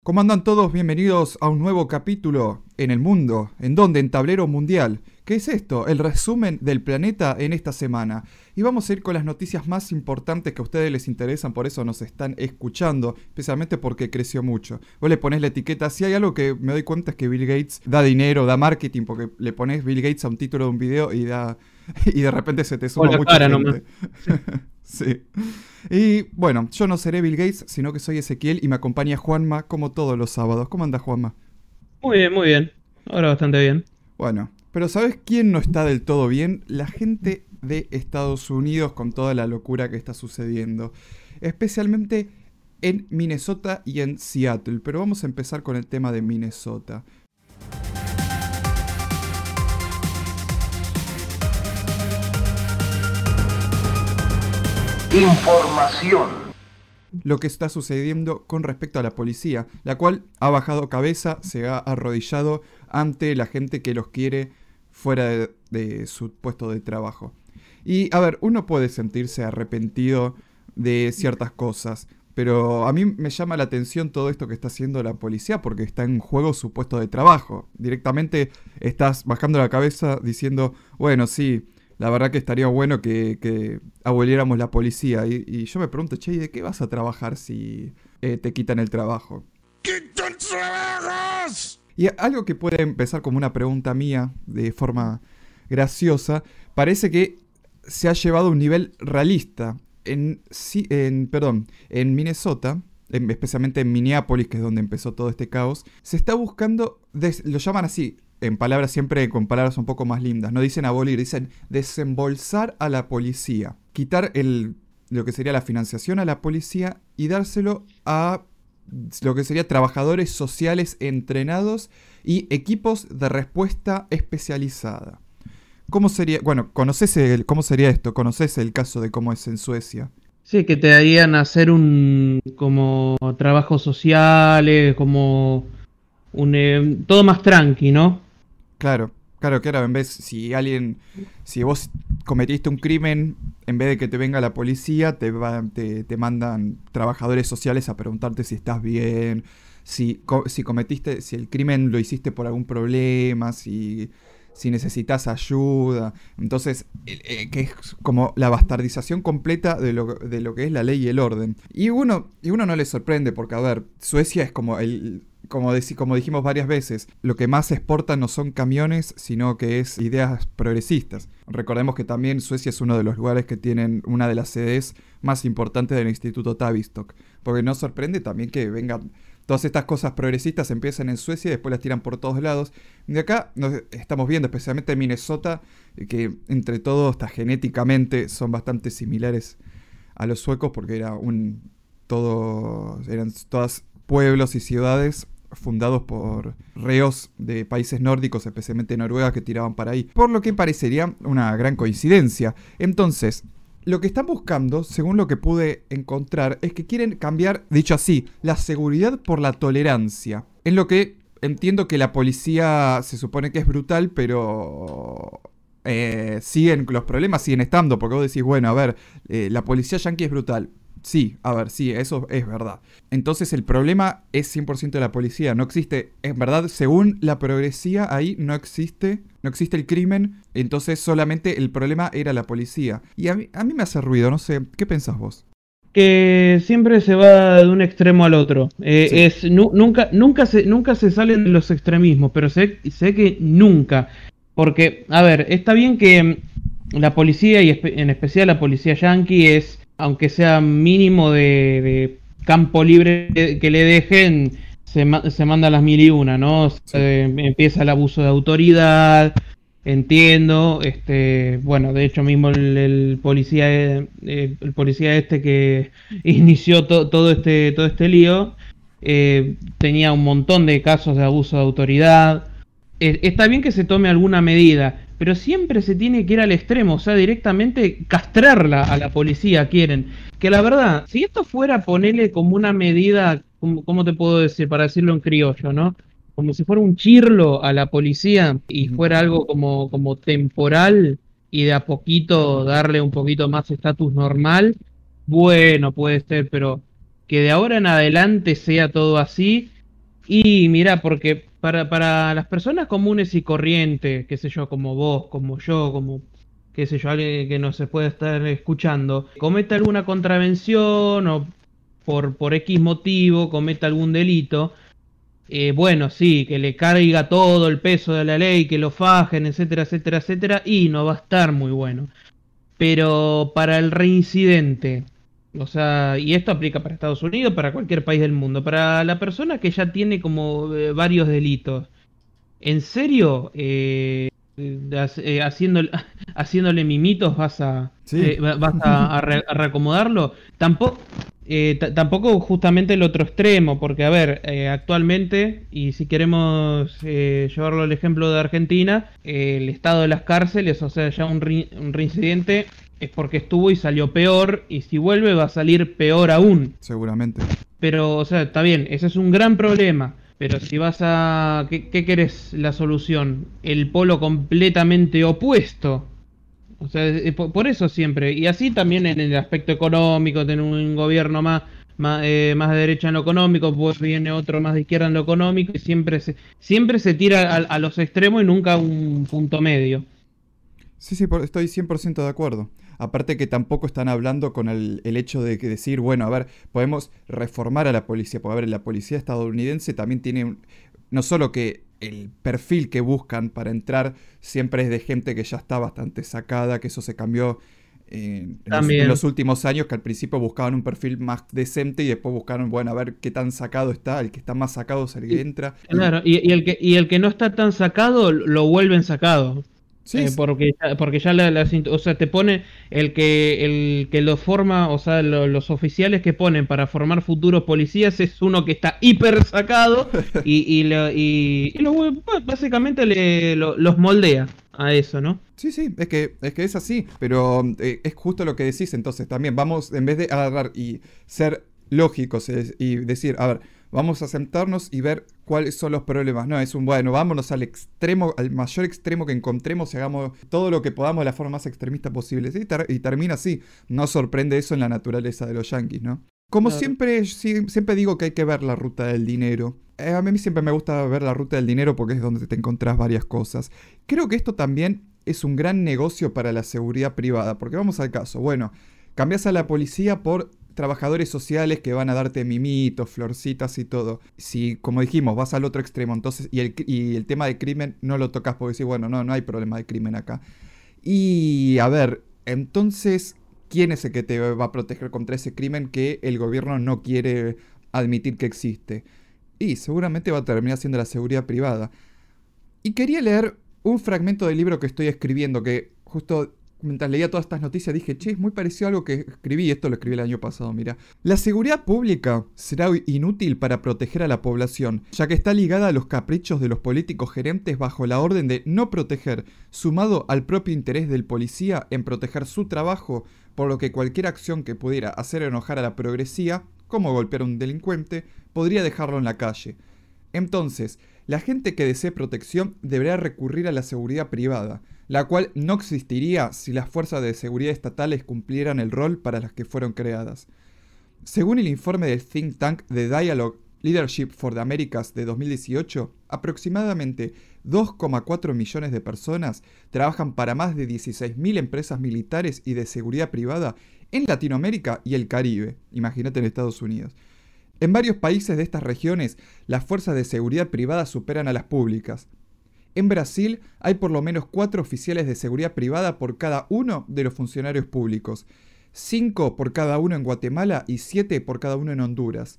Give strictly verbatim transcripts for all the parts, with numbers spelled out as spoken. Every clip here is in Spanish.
¿Cómo andan todos? Bienvenidos a un nuevo capítulo en el mundo. ¿En dónde? En Tablero Mundial. ¿Qué es esto? El resumen del planeta en esta semana. Y vamos a ir con las noticias más importantes que a ustedes les interesan, por eso nos están escuchando, especialmente porque creció mucho. Vos le ponés la etiqueta, si hay algo que me doy cuenta es que Bill Gates da dinero, da marketing, porque le ponés Bill Gates a un título de un video y da y de repente se te O suma la mucha cara gente. nomás. Sí. Y bueno, yo no seré Bill Gates, sino que soy Ezequiel y me acompaña Juanma como todos los sábados. ¿Cómo anda Juanma? Muy bien, muy bien. Ahora bastante bien. Bueno, pero ¿sabes quién no está del todo bien? La gente de Estados Unidos con toda la locura que está sucediendo. Especialmente en Minnesota y en Seattle. Pero vamos a empezar con el tema de Minnesota. Información. Lo que está sucediendo con respecto a la policía, la cual ha bajado cabeza, se ha arrodillado ante la gente que los quiere fuera de, de su puesto de trabajo. Y a ver, uno puede sentirse arrepentido de ciertas cosas, pero a mí me llama la atención todo esto que está haciendo la policía porque está en juego su puesto de trabajo. Directamente estás bajando la cabeza diciendo, bueno, sí, la verdad que estaría bueno que, que aboliéramos la policía. Y, y yo me pregunto, che, ¿y de qué vas a trabajar si eh, te quitan el trabajo? ¡Quitan trabajos! Y algo que puede empezar como una pregunta mía de forma graciosa, parece que se ha llevado a un nivel realista. En, en, perdón, en Minnesota, en, especialmente en Minneapolis, que es donde empezó todo este caos, se está buscando, des, lo llaman así, en palabras siempre con palabras un poco más lindas, no dicen abolir, dicen desembolsar a la policía, quitar el, lo que sería la financiación a la policía y dárselo a lo que sería trabajadores sociales entrenados y equipos de respuesta especializada. ¿Cómo sería? Bueno, ¿conoces el, cómo sería esto? ¿Conoces el caso de cómo es en Suecia? Sí, que te harían hacer un como trabajos sociales, como un eh, todo más tranqui, ¿no? Claro, claro, claro, en vez, si alguien, si vos cometiste un crimen, en vez de que te venga la policía, te, va, te, te mandan trabajadores sociales a preguntarte si estás bien, si, co- si cometiste, si el crimen lo hiciste por algún problema, si, si necesitas ayuda. Entonces, eh, eh, que es como la bastardización completa de lo, de lo que es la ley y el orden. Y uno, y uno no le sorprende, porque, a ver, Suecia es como el... Como, deci- como dijimos varias veces, lo que más exporta no son camiones, sino que es ideas progresistas. Recordemos que también Suecia es uno de los lugares que tienen una de las sedes más importantes del Instituto Tavistock. Porque nos sorprende también que vengan todas estas cosas progresistas, empiezan en Suecia y después las tiran por todos lados. De acá nos estamos viendo, especialmente en Minnesota, que entre todos, hasta genéticamente, son bastante similares a los suecos porque era un todo eran todas pueblos y ciudades fundados por reos de países nórdicos, especialmente Noruega, que tiraban para ahí. Por lo que parecería una gran coincidencia. Entonces, lo que están buscando, según lo que pude encontrar, es que quieren cambiar, dicho así, la seguridad por la tolerancia. En lo que entiendo que la policía se supone que es brutal, pero... Eh, siguen, los problemas siguen estando, porque vos decís, bueno, a ver, eh, la policía yanqui es brutal. Sí, a ver, sí, eso es verdad. Entonces el problema es cien por ciento de la policía. No existe, en verdad, según la progresía, ahí no existe, no existe el crimen. Entonces solamente el problema era la policía. Y a mí, a mí me hace ruido, no sé, ¿qué pensás vos? Que siempre se va de un extremo al otro. Eh, Sí. es nu- nunca, nunca se, nunca se salen de los extremismos, pero sé, sé que nunca. Porque, a ver, está bien que mm, la policía, y espe- en especial la policía yanqui, es, aunque sea mínimo de, de campo libre que que le dejen, se, ma- se manda a las mil y una, ¿no? Sí. Eh, empieza el abuso de autoridad, entiendo. Este, bueno, de hecho mismo el, el policía, eh, el policía este que inició to- todo este, todo este lío, eh, tenía un montón de casos de abuso de autoridad. Eh, está bien que se tome alguna medida, pero siempre se tiene que ir al extremo, o sea, directamente castrarla a la policía, quieren. Que la verdad, si esto fuera ponerle como una medida, como- ¿cómo te puedo decir? Para decirlo en criollo, ¿no? Como si fuera un chirlo a la policía y Ujú. fuera algo como, como temporal y de a poquito darle un poquito más estatus normal, bueno, puede ser, pero que de ahora en adelante sea todo así, Y mira, porque para, para las personas comunes y corrientes, qué sé yo, como vos, como yo, como qué sé yo, alguien que no se puede estar escuchando, cometa alguna contravención o por, por X motivo cometa algún delito, eh, bueno, sí, que le carga todo el peso de la ley, que lo fajen, etcétera, etcétera, etcétera, y no va a estar muy bueno. Pero para el reincidente, o sea, y esto aplica para Estados Unidos, para cualquier país del mundo, para la persona que ya tiene como eh, varios delitos, ¿en serio? Eh, eh, eh, haciéndole, haciéndole mimitos vas a, Sí. eh, va- vas a, a re- a reacomodarlo. Tampoco, eh, t- tampoco justamente el otro extremo, porque a ver, eh, actualmente, y si queremos eh, llevarlo al ejemplo de Argentina, eh, el estado de las cárceles, o sea, ya un, ri- un reincidente es porque estuvo y salió peor, y si vuelve va a salir peor aún. Seguramente. Pero, o sea, está bien, ese es un gran problema. Pero si vas a... ¿Qué, qué querés la solución? El polo completamente opuesto. O sea, eh, por, por eso siempre. Y así también en el aspecto económico, tener un gobierno más, más, eh, más de derecha en lo económico, pues viene otro más de izquierda en lo económico, y siempre se, siempre se tira a, a los extremos y nunca a un punto medio. Sí, sí, por- estoy cien por ciento de acuerdo. Aparte que tampoco están hablando con el, el hecho de que decir, bueno, a ver, podemos reformar a la policía. Porque, a ver, la policía estadounidense también tiene un- no solo que el perfil que buscan para entrar siempre es de gente que ya está bastante sacada, que eso se cambió en, en los, en los También. últimos años, que al principio buscaban un perfil más decente y después buscaron, bueno, a ver qué tan sacado está, el que está más sacado es el que Y, entra. Y claro, y, y el que, y el que no está tan sacado, lo vuelven sacado. sí, Eh, porque, ya- porque ya la, la cint- o sea, te pone el que el que lo forma, o sea, lo- los oficiales que ponen para formar futuros policías es uno que está hiper sacado y, y, lo- y- y lo vuelve- bah, básicamente le, lo- los moldea a eso, ¿no? sí, sí, es que, es que es así, pero eh, es justo lo que decís, entonces también vamos, en vez de agarrar y ser lógicos es- y decir, a ver, vamos a sentarnos y ver cuáles son los problemas, no, es un, bueno, vámonos al extremo, al mayor extremo que encontremos y hagamos todo lo que podamos de la forma más extremista posible, ¿sí? Y, ter- y termina así, no sorprende eso en la naturaleza de los yanquis, ¿no? Como Claro. siempre, sí, siempre digo que hay que ver la ruta del dinero. Eh, a mí siempre me gusta ver la ruta del dinero porque es donde te encontrás varias cosas. Creo que esto también es un gran negocio para la seguridad privada, porque vamos al caso, bueno, cambias a la policía por trabajadores sociales que van a darte mimitos, florcitas y todo. Si, como dijimos, vas al otro extremo, entonces, y el, y el tema de crimen no lo tocas porque decís, bueno, no, no hay problema de crimen acá. Y, a ver, entonces, ¿quién es el que te va a proteger contra ese crimen que el gobierno no quiere admitir que existe? Y seguramente va a terminar siendo la seguridad privada. Y quería leer un fragmento del libro que estoy escribiendo, que justo mientras leía todas estas noticias dije, che, es muy parecido a algo que escribí, esto lo escribí el año pasado, mira. La seguridad pública será inútil para proteger a la población, ya que está ligada a los caprichos de los políticos gerentes bajo la orden de no proteger, sumado al propio interés del policía en proteger su trabajo, por lo que cualquier acción que pudiera hacer enojar a la progresía, como golpear a un delincuente, podría dejarlo en la calle. Entonces, la gente que desee protección deberá recurrir a la seguridad privada, la cual no existiría si las fuerzas de seguridad estatales cumplieran el rol para las que fueron creadas. Según el informe del think tank The Dialogue Leadership for the Americas de dos mil dieciocho, aproximadamente dos coma cuatro millones de personas trabajan para más de dieciséis mil empresas militares y de seguridad privada en Latinoamérica y el Caribe, imagínate en Estados Unidos. En varios países de estas regiones, las fuerzas de seguridad privada superan a las públicas. En Brasil hay por lo menos cuatro oficiales de seguridad privada por cada uno de los funcionarios públicos, cinco por cada uno en Guatemala y siete por cada uno en Honduras.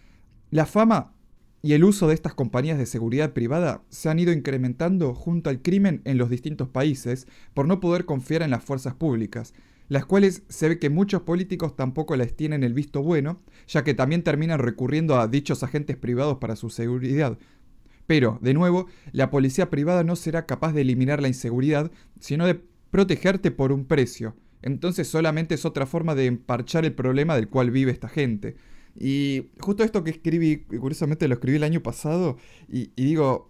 La fama y el uso de estas compañías de seguridad privada se han ido incrementando junto al crimen en los distintos países por no poder confiar en las fuerzas públicas, las cuales se ve que muchos políticos tampoco les tienen el visto bueno, ya que también terminan recurriendo a dichos agentes privados para su seguridad. Pero, de nuevo, la policía privada no será capaz de eliminar la inseguridad, sino de protegerte por un precio. Entonces solamente es otra forma de emparchar el problema del cual vive esta gente. Y justo esto que escribí, curiosamente lo escribí el año pasado, y, y digo,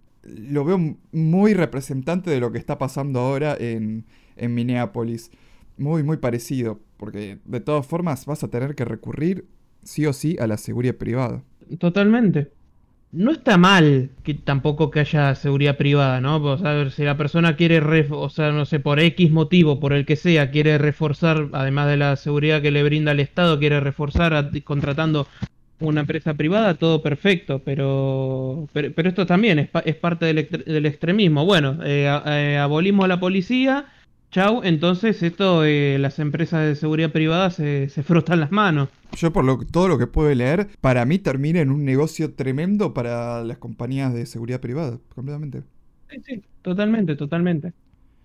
lo veo muy representante de lo que está pasando ahora en, en Minneapolis. Muy, muy parecido, porque de todas formas vas a tener que recurrir sí o sí a la seguridad privada. Totalmente. no está mal que tampoco que haya seguridad privada, ¿no? Pues, a ver, si la persona quiere, ref- o sea, no sé, por X motivo, por el que sea, quiere reforzar, además de la seguridad que le brinda el Estado, quiere reforzar a- contratando una empresa privada, todo perfecto, pero pero, pero esto también es, pa- es parte del, extre- del extremismo. Bueno, eh, a- eh, abolimos a la policía, chau, entonces esto, eh, las empresas de seguridad privada se, se frotan las manos. Yo por lo, todo lo que puedo leer, para mí termina en un negocio tremendo para las compañías de seguridad privada, completamente. Sí, sí, totalmente, totalmente.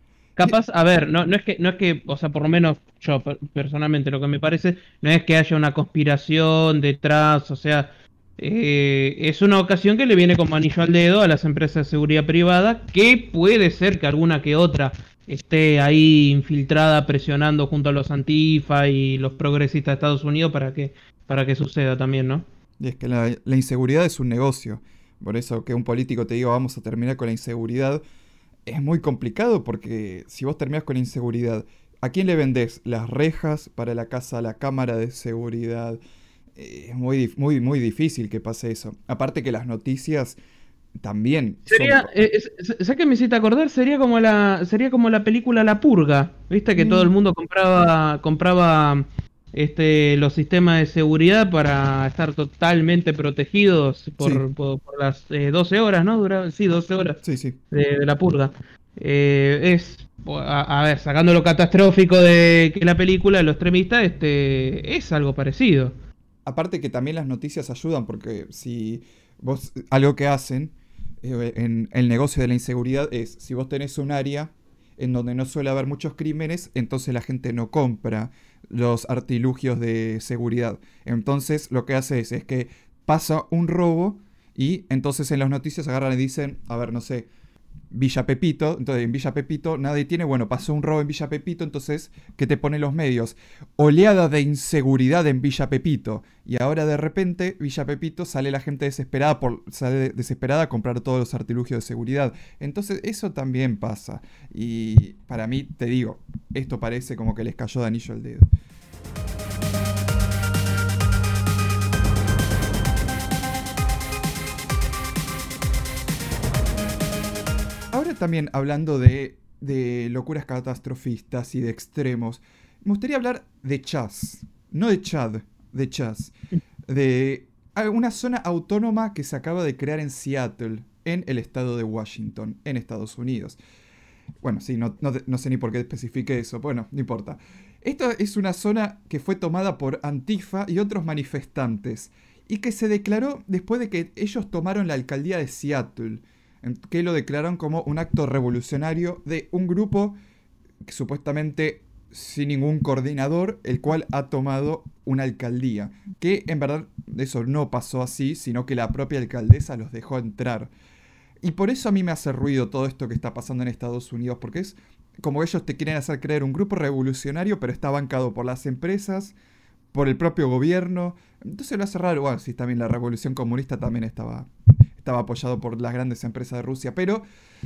Y- Capaz, a ver, no, no es que, no es que, o sea, por lo menos yo per- personalmente lo que me parece, no es que haya una conspiración detrás, o sea, eh, es una ocasión que le viene como anillo al dedo a las empresas de seguridad privada, que puede ser que alguna que otra esté ahí infiltrada presionando junto a los antifa y los progresistas de Estados Unidos para que, para que suceda también, ¿no? Y es que la, la inseguridad es un negocio. Por eso que un político te diga vamos a terminar con la inseguridad es muy complicado porque si vos terminás con inseguridad, ¿a quién le vendés las rejas para la casa, la cámara de seguridad? Eh, Es muy, dif- muy, muy difícil que pase eso. Aparte que las noticias también son... Sería, eh, es- es- ¿sabes qué me hiciste acordar? Sería como la, sería como la película La Purga, ¿viste? Que todo el Mm, mundo compraba, compraba este, los sistemas de seguridad para estar totalmente protegidos sí, por, por, por las eh, doce horas, ¿no? Dura, sí, doce horas sí, sí. de, de La Purga. Eh, es, a, a ver, sacando lo catastrófico de que la película, lo extremista, este, es algo parecido. Aparte que también las noticias ayudan porque si vos, algo que hacen eh, en el negocio de la inseguridad es, si vos tenés un área en donde no suele haber muchos crímenes, entonces la gente no compra los artilugios de seguridad. Entonces lo que hace es, es que pasa un robo y entonces en las noticias agarran y dicen, a ver, no sé, Villa Pepito, entonces en Villa Pepito nadie tiene, bueno, pasó un robo en Villa Pepito, entonces, ¿qué te ponen los medios? Oleada de inseguridad en Villa Pepito. Y ahora de repente, Villa Pepito sale la gente desesperada por sale desesperada a comprar todos los artilugios de seguridad. Entonces, eso también pasa. Y para mí, te digo, esto parece como que les cayó de anillo al dedo. Ahora también hablando de, de locuras catastrofistas y de extremos, me gustaría hablar de Chas, no de Chad, de Chas, de una zona autónoma que se acaba de crear en Seattle, en el estado de Washington, en Estados Unidos. Bueno, sí, no, no, no sé ni por qué especifique eso, bueno, no importa. Esta es una zona que fue tomada por Antifa y otros manifestantes, y que se declaró después de que ellos tomaron la alcaldía de Seattle, que lo declararon como un acto revolucionario de un grupo que supuestamente sin ningún coordinador, el cual ha tomado una alcaldía. Que en verdad eso no pasó así, sino que la propia alcaldesa los dejó entrar. Y por eso a mí me hace ruido todo esto que está pasando en Estados Unidos, porque es como ellos te quieren hacer creer un grupo revolucionario, pero está bancado por las empresas, por el propio gobierno. Entonces lo hace raro. Bueno, sí, también la revolución comunista también estaba, estaba apoyado por las grandes empresas de Rusia, pero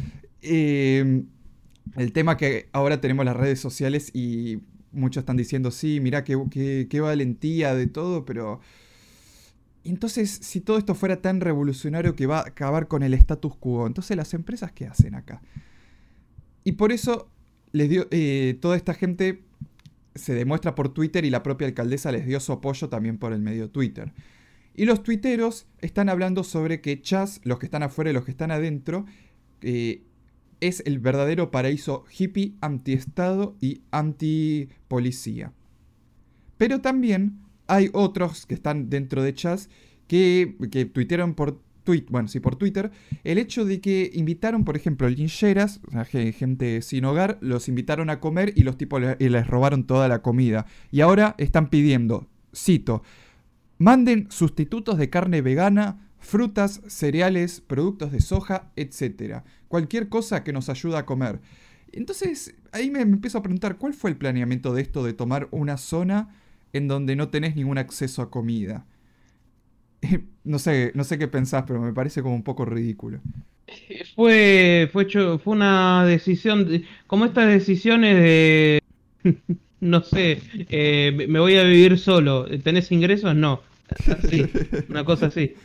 eh, el tema que ahora tenemos las redes sociales y muchos están diciendo, sí, mirá qué, qué, qué valentía de todo, pero... Entonces, si todo esto fuera tan revolucionario que va a acabar con el status quo, entonces las empresas, ¿qué hacen acá? Y por eso les dio, eh, toda esta gente se demuestra por Twitter y la propia alcaldesa les dio su apoyo también por el medio Twitter. Y los tuiteros están hablando sobre que Chas, los que están afuera y los que están adentro, eh, es el verdadero paraíso hippie, antiestado y antipolicía. Pero también hay otros que están dentro de Chas que, que tuitearon por tweet, bueno, sí, por Twitter, el hecho de que invitaron, por ejemplo, lincheras, o sea, gente sin hogar, los invitaron a comer y los tipos les, y les robaron toda la comida. Y ahora están pidiendo, cito, manden sustitutos de carne vegana, frutas, cereales, productos de soja, etcétera. Cualquier cosa que nos ayude a comer. Entonces, ahí me, me empiezo a preguntar, ¿cuál fue el planeamiento de esto de tomar una zona en donde no tenés ningún acceso a comida? No sé, no sé qué pensás, pero me parece como un poco ridículo. Fue, fue hecho, fue una decisión, de- como estas decisiones de, no sé, eh, me voy a vivir solo, ¿tenés ingresos? No, así, una cosa así.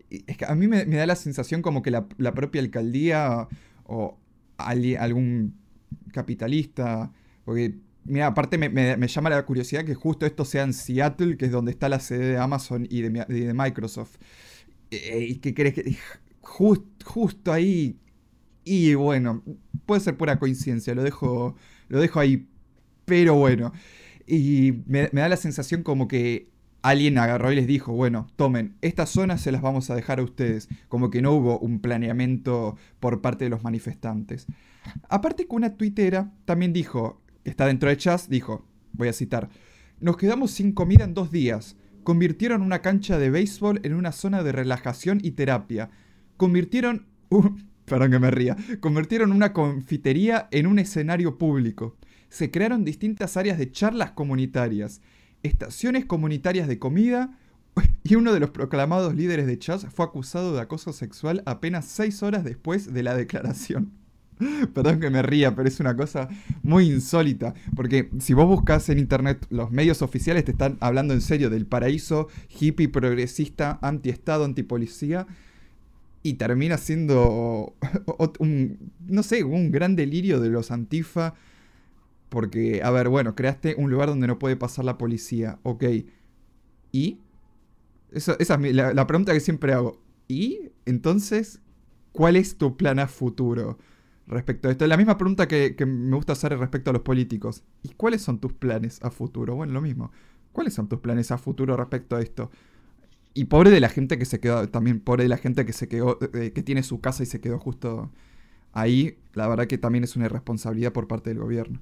Es que a mí me, me da la sensación como que la, la propia alcaldía o ali- algún capitalista, porque, mira, aparte me, me- me llama la curiosidad que justo esto sea en Seattle, que es donde está la sede de Amazon y de, mi- y de Microsoft. Eh, ¿Y qué crees que jus- justo ahí? Y bueno, puede ser pura coincidencia, lo dejo, lo dejo ahí, pero bueno. Y me, me da la sensación como que alguien agarró y les dijo, bueno, tomen, estas zonas se las vamos a dejar a ustedes. Como que no hubo un planeamiento por parte de los manifestantes. Aparte que una tuitera también dijo, que está dentro de Chas, dijo, voy a citar, nos quedamos sin comida en dos días. Convirtieron una cancha de béisbol en una zona de relajación y terapia. Convirtieron... un- perdón que me ría. Convirtieron una confitería en un escenario público. Se crearon distintas áreas de charlas comunitarias, estaciones comunitarias de comida, y uno de los proclamados líderes de Chas fue acusado de acoso sexual apenas seis horas después de la declaración. Perdón que me ría, pero es una cosa muy insólita. Porque si vos buscas en internet, los medios oficiales te están hablando en serio del paraíso hippie, progresista, antiestado, antipolicía. Y termina siendo, un, no sé, un gran delirio de los antifa. Porque, a ver, bueno, creaste un lugar donde no puede pasar la policía. Ok. ¿Y? Eso, esa es mi- la, la pregunta que siempre hago. ¿Y? Entonces, ¿cuál es tu plan a futuro respecto a esto? Es la misma pregunta que, que me gusta hacer respecto a los políticos. ¿Y cuáles son tus planes a futuro? Bueno, lo mismo. ¿Cuáles son tus planes a futuro respecto a esto? Y pobre de la gente que se quedó, también pobre de la gente que se quedó, eh, que tiene su casa y se quedó justo ahí. La verdad que también es una irresponsabilidad por parte del gobierno.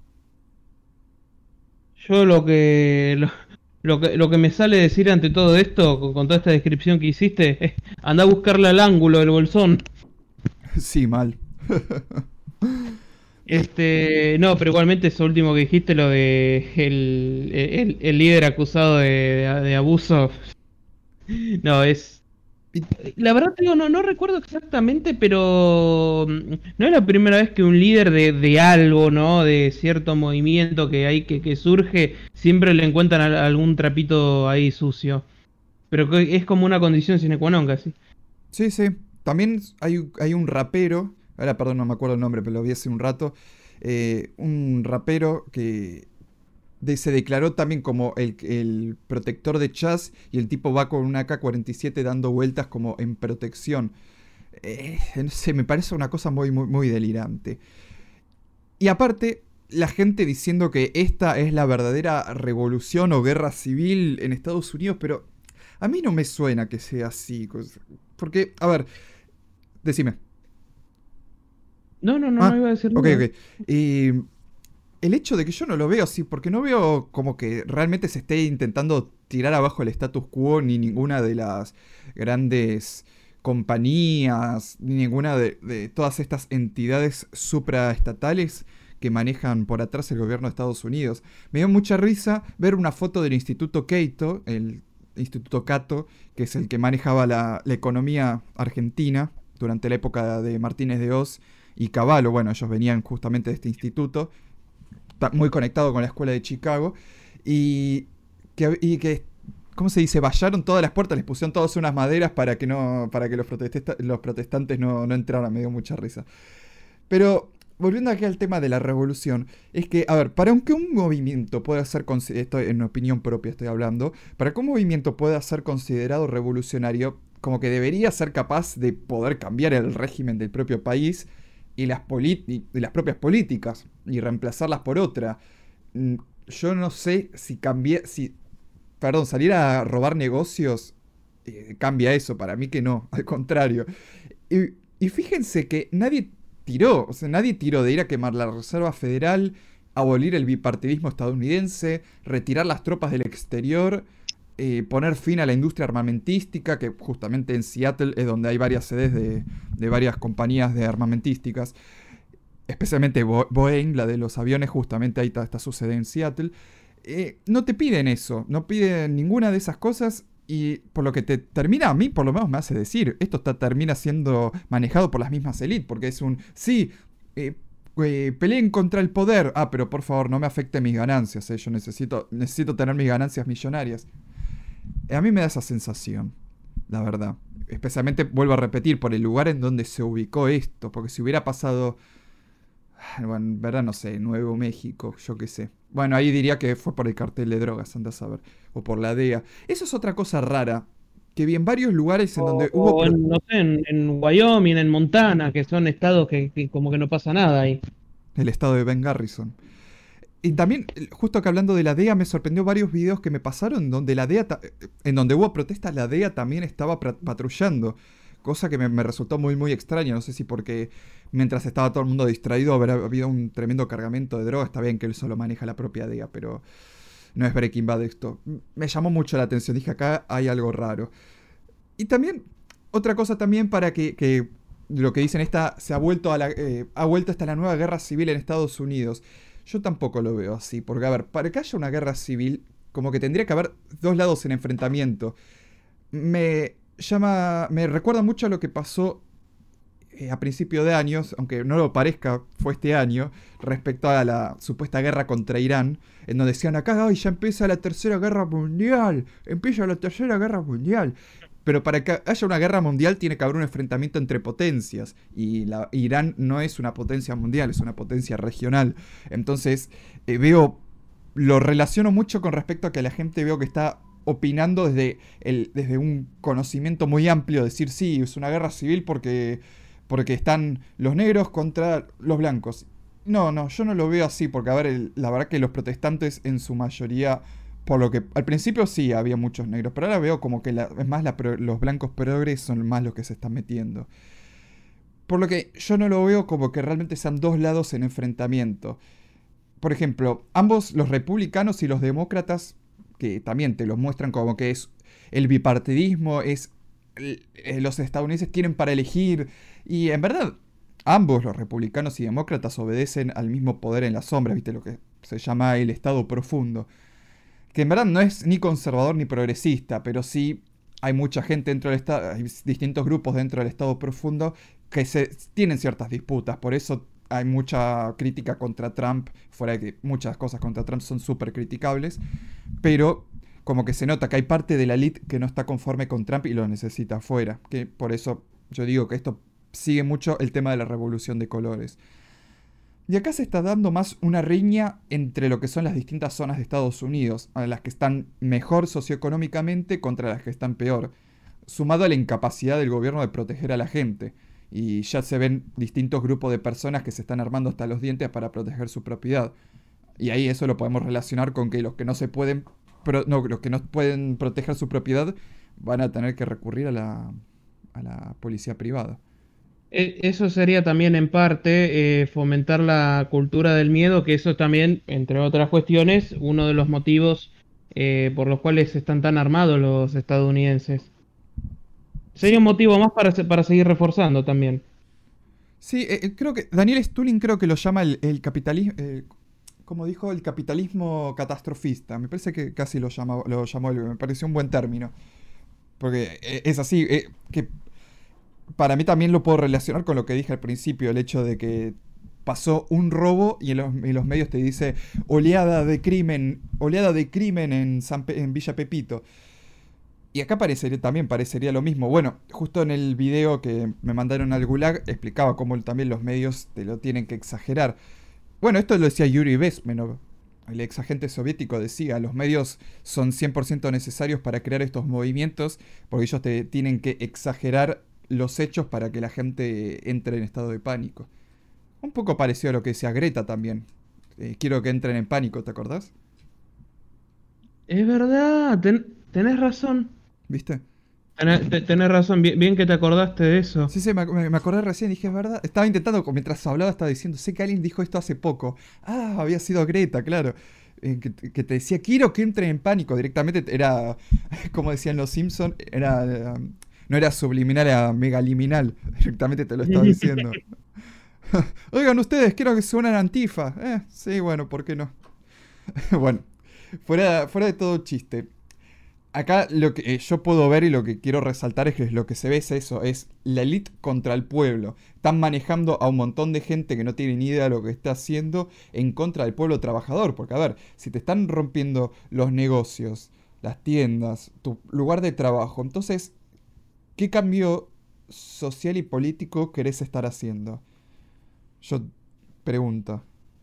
Yo lo que, lo, lo que lo que me sale decir ante todo esto, con, con toda esta descripción que hiciste, es anda a buscarle al ángulo del bolsón. Sí, mal. Este, no, pero igualmente eso último que dijiste, lo de el, el, el líder acusado de, de, de abuso, no, es... La verdad te digo, no, no recuerdo exactamente, pero mm, no es la primera vez que un líder de, de algo, ¿no? De cierto movimiento que hay que, que surge, siempre le encuentran al- algún trapito ahí sucio. Pero que es como una condición sine qua non casi. Sí, sí. También hay, un- hay un rapero, ahora perdón, no me acuerdo el nombre, pero lo vi hace un rato. eh, un rapero que de- se declaró también como el, el protector de Chas y el tipo va con una A K cuarenta y siete dando vueltas como en protección. Eh, no sé, me parece una cosa muy, muy, muy delirante. Y aparte, la gente diciendo que esta es la verdadera revolución o guerra civil en Estados Unidos, pero a mí no me suena que sea así. cos- Porque, a ver, decime. No, no, no, no Ah, iba a decir ok, nada. ok. Eh, el hecho de que yo no lo veo así, porque no veo como que realmente se esté intentando tirar abajo el status quo ni ninguna de las grandes compañías, ni ninguna de, de todas estas entidades supraestatales que manejan por atrás el gobierno de Estados Unidos. Me dio mucha risa ver una foto del Instituto Cato, el Instituto Cato, que es el que manejaba la, la economía argentina durante la época de Martínez de Oz y Cavallo. Bueno, ellos venían justamente de este instituto ta- muy conectado con la escuela de Chicago, y que, y que ¿cómo se dice? Vallaron todas las puertas, les pusieron todas unas maderas para que no para que los, protesta- los protestantes no, no entraran, me dio mucha risa. Pero volviendo aquí al tema de la revolución, es que, a ver, para que un movimiento pueda ser, consi- esto en opinión propia estoy hablando, para que un movimiento pueda ser considerado revolucionario, como que debería ser capaz de poder cambiar el régimen del propio país y las, polit- y y las propias políticas y reemplazarlas por otra. Mm, Yo no sé si cambié, si, perdón, salir a robar negocios eh, cambia eso, para mí que no, al contrario. Y, y fíjense que nadie tiró, o sea, nadie tiró de ir a quemar la Reserva Federal, abolir el bipartidismo estadounidense, retirar las tropas del exterior, eh, poner fin a la industria armamentística, que justamente en Seattle es donde hay varias sedes de, de varias compañías de armamentísticas, especialmente Bo- Boeing, la de los aviones, justamente ahí está, está su sede en Seattle. Eh, no te piden eso, no piden ninguna de esas cosas. Y por lo que te termina, a mí por lo menos me hace decir, esto está, termina siendo manejado por las mismas élites, porque es un, sí, eh, eh, peleen contra el poder, ah, pero por favor no me afecte mis ganancias, eh, yo necesito, necesito tener mis ganancias millonarias. Eh, a mí me da esa sensación, la verdad. Especialmente, vuelvo a repetir, por el lugar en donde se ubicó esto. Porque si hubiera pasado, bueno, en verdad no sé, Nuevo México, yo qué sé. Bueno, ahí diría que fue por el cartel de drogas, anda a saber. O por la D E A. Eso es otra cosa rara. Que vi en varios lugares en O, donde hubo... o pro- en, no sé, en, en Wyoming, en Montana, que son estados que, que como que no pasa nada ahí. el estado de Ben Garrison. Y también, eh, justo que hablando de la D E A, me sorprendió varios videos que me pasaron donde la D E A, ta- en donde hubo protestas, la D E A también estaba pra- patrullando. Cosa que me, me resultó muy, muy extraña. No sé si porque mientras estaba todo el mundo distraído habrá habido un tremendo cargamento de droga. Está bien que él solo maneja la propia D E A, pero no es Breaking Bad esto. M- Me llamó mucho la atención. Dije, acá hay algo raro. Y también, otra cosa también para que, que lo que dicen esta, se ha vuelto a la, eh, ha vuelto hasta la nueva guerra civil en Estados Unidos. Yo tampoco lo veo así, porque a ver, para que haya una guerra civil, como que tendría que haber dos lados en enfrentamiento. Me llama, me recuerda mucho a lo que pasó eh, a principio de años, aunque no lo parezca, fue este año, respecto a la supuesta guerra contra Irán, en donde decían acá, ay, ya empieza la tercera guerra mundial, empieza la tercera guerra mundial. Pero para que haya una guerra mundial tiene que haber un enfrentamiento entre potencias. Y la, Irán no es una potencia mundial, es una potencia regional. Entonces, eh, veo, lo relaciono mucho con respecto a que la gente veo que está opinando desde, el, desde un conocimiento muy amplio. Decir, sí, es una guerra civil porque, porque están los negros contra los blancos. No, no, yo no lo veo así, porque a ver, el- la verdad que los protestantes en su mayoría, por lo que al principio sí había muchos negros, pero ahora veo como que la- es más la pro- los blancos progres son más los que se están metiendo. Por lo que yo no lo veo como que realmente sean dos lados en enfrentamiento. Por ejemplo, ambos los republicanos y los demócratas, que también te los muestran como que es el bipartidismo, es el- eh, los estadounidenses tienen para elegir, y en verdad ambos, los republicanos y demócratas, obedecen al mismo poder en las sombras, ¿viste? Lo que se llama el estado profundo, que en verdad no es ni conservador ni progresista, pero sí hay mucha gente dentro del estado, hay distintos grupos dentro del estado profundo que se tienen ciertas disputas, por eso hay mucha crítica contra Trump, fuera de que muchas cosas contra Trump son súper criticables, pero como que se nota que hay parte de la elite que no está conforme con Trump y lo necesita afuera, que por eso yo digo que esto sigue mucho el tema de la revolución de colores. Y acá se está dando más una riña entre lo que son las distintas zonas de Estados Unidos, a las que están mejor socioeconómicamente contra las que están peor, sumado a la incapacidad del gobierno de proteger a la gente. Y ya se ven distintos grupos de personas que se están armando hasta los dientes para proteger su propiedad. Y ahí eso lo podemos relacionar con que los que no se pueden, pro- no, los que no pueden proteger su propiedad van a tener que recurrir a la, a la policía privada. E- Eso sería también en parte eh, fomentar la cultura del miedo, que eso también, entre otras cuestiones, uno de los motivos eh, por los cuales están tan armados los estadounidenses. Sería Sí, un motivo más para, se- para seguir reforzando también. sí, eh, eh, creo que Daniel Stulin creo que lo llama el, el capitalismo, como dijo, el capitalismo catastrofista. Me parece que casi lo llamó, lo llamó él, me pareció un buen término. Porque eh, es así, eh, que para mí también lo puedo relacionar con lo que dije al principio, el hecho de que pasó un robo y en los, en los medios te dice oleada de crimen, oleada de crimen en, San Pe- en Villa Pepito. Y acá parecería, también parecería lo mismo. Bueno, justo en el video que me mandaron al Gulag explicaba cómo también los medios te lo tienen que exagerar. Bueno, esto lo decía Yuri Bezmenov, el ex agente soviético decía, los medios son cien por ciento necesarios para crear estos movimientos porque ellos te tienen que exagerar los hechos para que la gente entre en estado de pánico. Un poco parecido a lo que decía Greta también. Eh, quiero que entren en pánico, ¿te acordás? Es verdad, ten- tenés razón. ¿Viste? Tenés, te- tenés razón, bien, bien que te acordaste de eso. Sí, sí, me, me- me acordé recién, dije, es verdad. Estaba intentando, mientras hablaba, estaba diciendo, sé que alguien dijo esto hace poco. Ah, había sido Greta, claro. Eh, que, te que te decía, quiero que entren en pánico. Directamente era, como decían los Simpsons, era, eh, no era subliminal, era megaliminal. Directamente te lo estaba diciendo. Oigan ustedes, quiero que suenen antifa. Eh, sí, bueno, ¿por qué no? Bueno, fuera, fuera de todo chiste. Acá lo que eh, yo puedo ver y lo que quiero resaltar es que lo que se ve es eso, es la elite contra el pueblo. Están manejando a un montón de gente que no tiene ni idea de lo que está haciendo en contra del pueblo trabajador. Porque a ver, si te están rompiendo los negocios, las tiendas, tu lugar de trabajo, entonces ¿qué cambio social y político querés estar haciendo? Yo pregunto.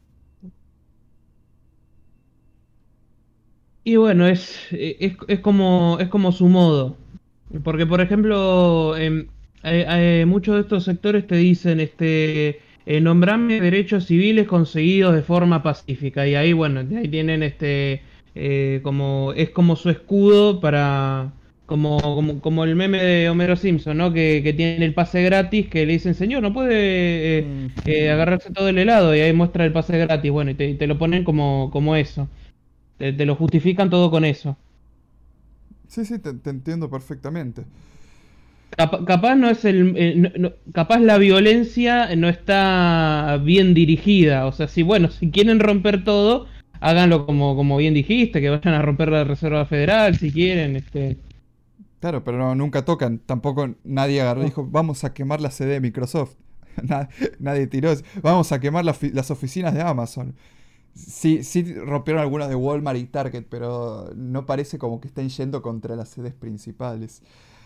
Y bueno, es, es, es como, es como su modo. Porque, por ejemplo, em, eh, eh, muchos de estos sectores te dicen, este, eh, nombrame derechos civiles conseguidos de forma pacífica. Y ahí, bueno, de ahí tienen este, eh, como, es como su escudo para, como, como, como el meme de Homero Simpson, ¿no? Que, que tiene el pase gratis, que le dicen, señor, no puede eh, Mm, eh, agarrarse todo el helado. Y ahí muestra el pase gratis, bueno, y te, y te lo ponen como, como eso. Te, te lo justifican todo con eso. sí, sí, te, te entiendo perfectamente. Capa- capaz no es el, eh, no- no- capaz la violencia no está bien dirigida. O sea, si bueno, si quieren romper todo, háganlo como, como bien dijiste, que vayan a romper la Reserva Federal si quieren, este. Claro, pero no, nunca tocan. Tampoco nadie agarró y No. dijo, vamos a quemar la sede de Microsoft. Na- Nadie tiró eso. Vamos a quemar la fi- las oficinas de Amazon. Sí, sí rompieron algunas de Walmart y Target, pero no parece como que estén yendo contra las sedes principales.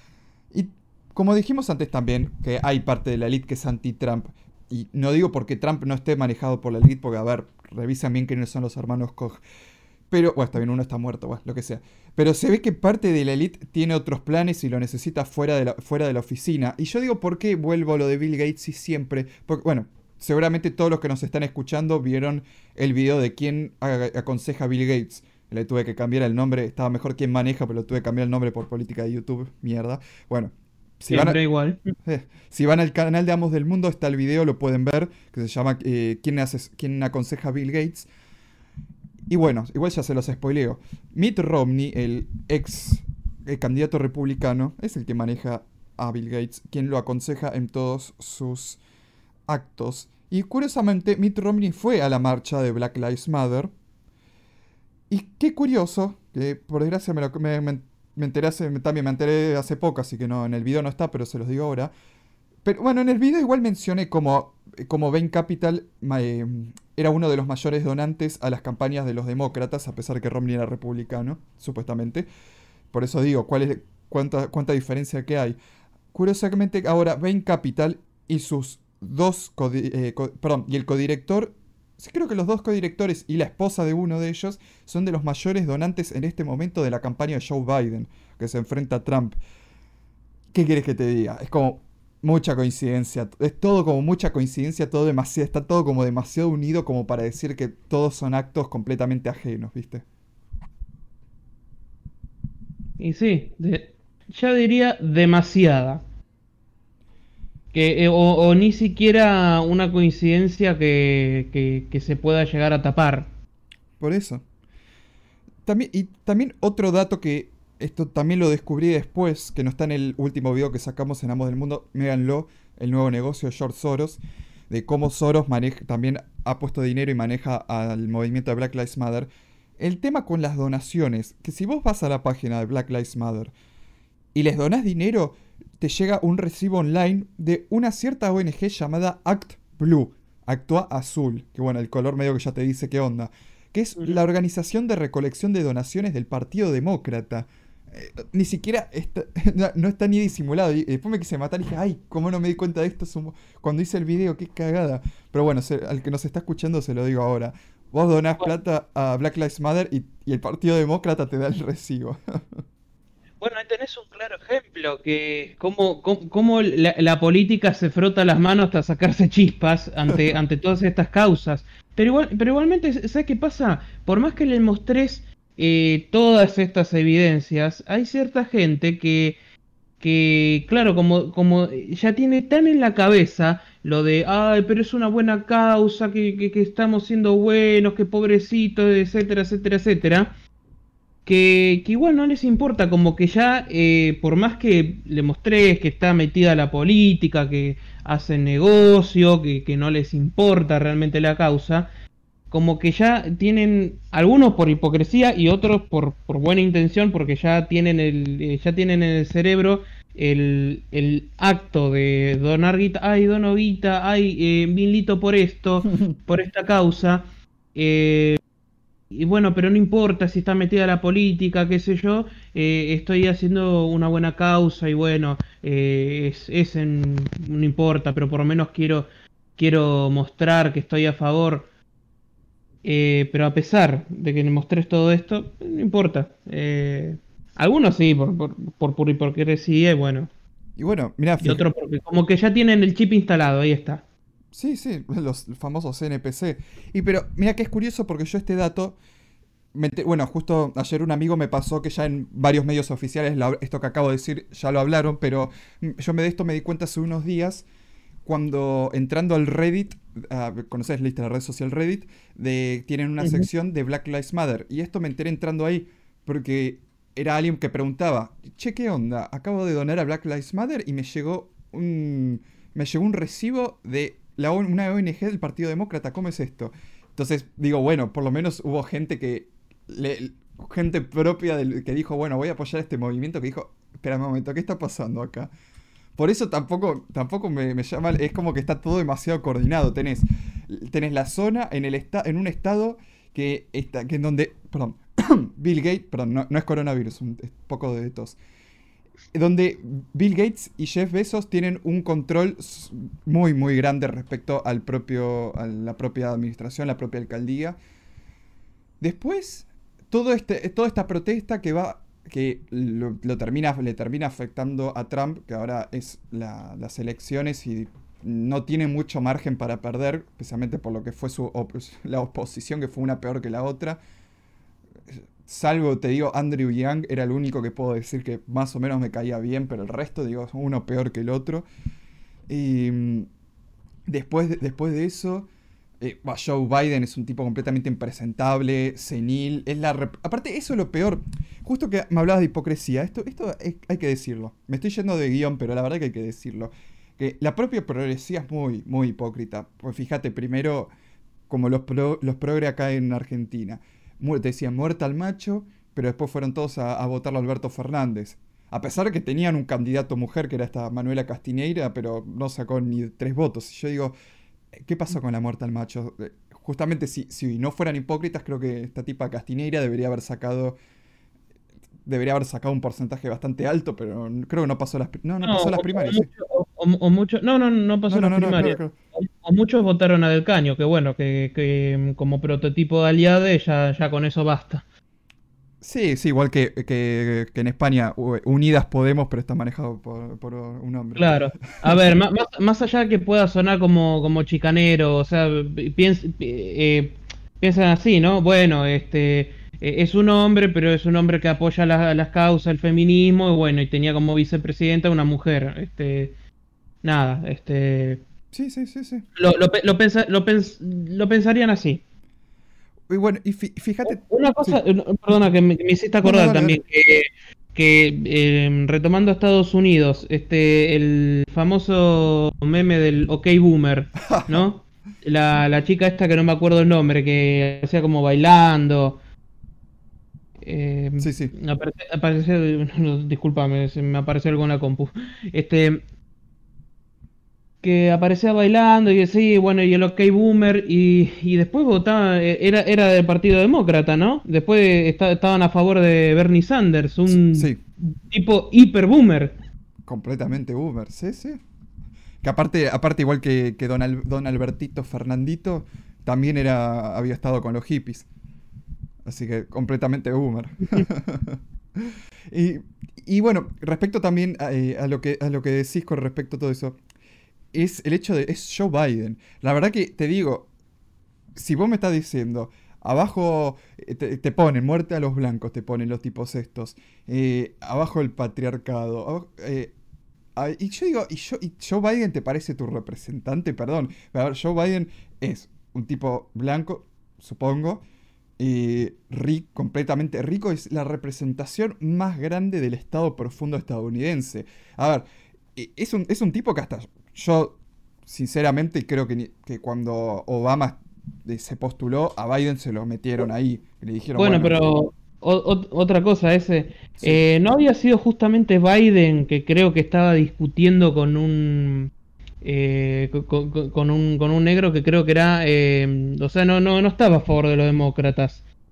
Y como dijimos antes también, que hay parte de la elite que es anti-Trump. Y no digo porque Trump no esté manejado por la elite, porque a ver, revisan bien quiénes son los hermanos Koch. Pero, bueno, está bien, uno está muerto, bueno, lo que sea. Pero se ve que parte de la elite tiene otros planes y lo necesita fuera de la, fuera de la oficina. Y yo digo, ¿por qué vuelvo a lo de Bill Gates y siempre? Porque, bueno, seguramente todos los que nos están escuchando vieron el video de quién a- aconseja a Bill Gates. Le tuve que cambiar el nombre, estaba mejor quién maneja, pero le tuve que cambiar el nombre por política de YouTube, mierda. Bueno, si van a- Siempre igual. eh, si van al canal de Amos del Mundo, está el video, lo pueden ver, que se llama eh, ¿quién, hace- quién aconseja a Bill Gates? Y bueno, igual ya se los spoileo. Mitt Romney, el ex eh, candidato republicano, es el que maneja a Bill Gates, quien lo aconseja en todos sus actos. Y curiosamente, Mitt Romney fue a la marcha de Black Lives Matter. Y qué curioso, que por desgracia me, lo- me, me- me enteré hace- también me enteré hace poco, así que no, en el video no está, pero se los digo ahora. Pero bueno, en el video igual mencioné como, como Bain Capital ma- eh, era uno de los mayores donantes a las campañas de los demócratas, a pesar que Romney era republicano, supuestamente. Por eso digo, ¿cuál es, cuánta, cuánta diferencia que hay? Curiosamente, ahora Bain Capital y sus dos, codi- eh, co- perdón, y el codirector, sí creo que los dos codirectores y la esposa de uno de ellos son de los mayores donantes en este momento de la campaña de Joe Biden, que se enfrenta a Trump. ¿Qué quieres que te diga? Es como mucha coincidencia. Es todo como mucha coincidencia, todo demasiado, está todo como demasiado unido como para decir que todos son actos completamente ajenos, ¿viste? Y sí, de- ya diría demasiada. Que, eh, o, o ni siquiera una coincidencia que, que, que se pueda llegar a tapar. Por eso. También, y también otro dato que esto también lo descubrí después, que no está en el último video que sacamos en Amos del Mundo, méganlo, el nuevo negocio de George Soros, de cómo Soros maneja, también ha puesto dinero y maneja al movimiento de Black Lives Matter. El tema con las donaciones, que si vos vas a la página de Black Lives Matter y les donás dinero, te llega un recibo online de una cierta O N G llamada Act Blue, Actúa Azul, que bueno, el color medio que ya te dice qué onda, que es Ujú. la organización de recolección de donaciones del Partido Demócrata. Eh, ni siquiera está, no, no está ni disimulado. Y después me quise matar y dije, ay, ¿cómo no me di cuenta de esto? Es un- Cuando hice el video, qué cagada. Pero bueno, se- al que nos está escuchando se lo digo ahora. Vos donás plata a Black Lives Matter y, y el Partido Demócrata te da el recibo. Bueno, ahí tenés un claro ejemplo, que cómo, cómo, cómo la, la política se frota las manos hasta sacarse chispas ante, ante todas estas causas. Pero igual, pero igualmente, ¿sabes qué pasa? Por más que le mostres eh, todas estas evidencias, hay cierta gente que, que claro, como, como ya tiene tan en la cabeza lo de, ay, pero es una buena causa, que, que, que estamos siendo buenos, que pobrecitos, etcétera, etcétera, etcétera que, que igual no les importa, como que ya, eh, por más que le mostré que está metida la política, que hacen negocio, que, que no les importa realmente la causa, como que ya tienen, algunos por hipocresía y otros por, por buena intención, porque ya tienen el, eh, ya tienen en el cerebro el, el acto de donar guita, ay, dono guita, ay, eh, milito por esto, por esta causa. eh, y bueno, pero no importa si está metida la política, qué sé yo, eh, estoy haciendo una buena causa y bueno, eh, es, es en- no importa, pero por lo menos quiero, quiero mostrar que estoy a favor. Eh, pero a pesar de que le mostrés todo esto, no importa. Eh, algunos sí, por, por, por pura hipocresía, y bueno. Y bueno, mira, Y otros porque como que ya tienen el chip instalado, ahí está. sí, sí, los famosos N P C. Y pero mira que es curioso porque yo este dato, me ente- bueno, justo ayer un amigo me pasó que ya en varios medios oficiales la- esto que acabo de decir ya lo hablaron, pero mm, yo me de esto me di cuenta hace unos días cuando entrando al Reddit, ah, conoces lista la red social Reddit, de, tienen una Ujú. sección de Black Lives Matter. Y esto me enteré entrando ahí porque era alguien que preguntaba, che, ¿qué onda? Acabo de donar a Black Lives Matter y me llegó un, me llegó un recibo de la, O- una O N G del Partido Demócrata. ¿Cómo es esto? Entonces digo, bueno, por lo menos hubo gente que... le- gente propia del, que dijo, bueno, voy a apoyar este movimiento, que dijo, espera un momento, ¿qué está pasando acá? Por eso tampoco, tampoco me, me llama. Es como que está todo demasiado coordinado. Tenés, tenés la zona en, el esta- en un estado que está. Que en donde. Perdón. Bill Gates. Perdón, no, no es coronavirus, un es poco de tos. Donde Bill Gates y Jeff Bezos tienen un control s- muy, muy grande respecto al propio, a la propia administración, la propia alcaldía. Después, todo este, toda esta protesta que va, que lo, lo termina, le termina afectando a Trump, que ahora es la- las elecciones y no tiene mucho margen para perder, especialmente por lo que fue su op- la oposición, que fue una peor que la otra. Salvo, te digo, Andrew Yang era el único que puedo decir que más o menos me caía bien, pero el resto, digo, uno peor que el otro. Y mm, después de, después de eso, eh, bah, Joe Biden es un tipo completamente impresentable, senil. Es la rep- Aparte, eso es lo peor. Justo que me hablabas de hipocresía. Esto, esto es- hay que decirlo. Me estoy yendo de guión, pero la verdad que hay que decirlo. Que la propia progresía es muy, muy hipócrita. Pues fíjate, primero, como los, pro- los progre acá en Argentina. Mu- Te decían muerta al macho, pero después fueron todos a, a votarlo a Alberto Fernández. A pesar de que tenían un candidato mujer, que era esta Manuela Castiñeira, pero no sacó ni tres votos. Y yo digo, ¿qué pasó con la muerte al macho? Eh, Justamente si, si no fueran hipócritas, creo que esta tipa Castineira debería haber sacado debería haber sacado un porcentaje bastante alto, pero creo que no pasó las pri- no, no No, pasó las o, o primarias, sí. mucho- o- o- o mucho- no, no, no No, pasó no, las no, no, claro, primarias. claro. O, o muchos votaron a Del Caño, que bueno, que, que mm, como prototipo de aliade ya, ya con eso basta. Sí, sí, igual que, que, que en España, u- Unidas Podemos, pero está manejado por, por un hombre. Claro. A ver, má- más, más allá que pueda sonar como, como chicanero, o sea, piensen, piensan así, ¿no? Bueno, este eh, es un hombre, pero es un hombre que apoya la- las causas, el feminismo, y bueno, y tenía como vicepresidenta una mujer. Este, nada, este, Sí, sí, sí, sí. lo, lo, pe- lo, pensa- lo pens- lo pensarían así. Y bueno, y fí- fíjate, Una cosa, sí. eh, no, perdona, que me, que me hiciste No, no, acordar dale, también, dale. que, que eh, retomando a Estados Unidos, este, el famoso meme del OK Boomer, ¿no? La, la chica esta que no me acuerdo el nombre, que hacía como bailando. Eh, Sí, sí. aparece, aparece- no, discúlpame, se me apareció algo en la compu. Este, que aparecía bailando y sí, bueno, y el OK Boomer, y, y después votaba, eh, era, era del Partido Demócrata, ¿no? Después esta- estaban a favor de Bernie Sanders, S- un Sí, tipo hiper boomer. completamente boomer, sí, sí. Que aparte, aparte igual que, que don, Al- don Albertito Fernandito, también era, había estado con los hippies. Así que completamente boomer. y, y bueno, respecto también a, eh, a lo que, a lo que decís con respecto a todo eso, es el hecho de... Es Joe Biden. La verdad que te digo, si vos me estás diciendo, abajo eh, te, te ponen muerte a los blancos, te ponen los tipos estos, eh, abajo el patriarcado, abajo, eh, ah, y yo digo, ¿y, yo, ¿y Joe Biden te parece tu representante? Perdón, a ver, Joe Biden es un tipo blanco, supongo, eh, ri- completamente rico, es la representación más grande del Estado profundo estadounidense. A ver, eh, es un, es un tipo que hasta yo, sinceramente, creo que, ni- que cuando Obama eh, se postuló, a Biden se lo metieron ahí. Le dijeron, Bueno, bueno, pero o- ot- otra cosa, ese, sí, eh, ¿no había sido justamente Biden que creo que estaba discutiendo con un, eh, co- co- co- con, un, con un negro que creo que era, eh, o sea, no, no, no estaba a favor de los demócratas?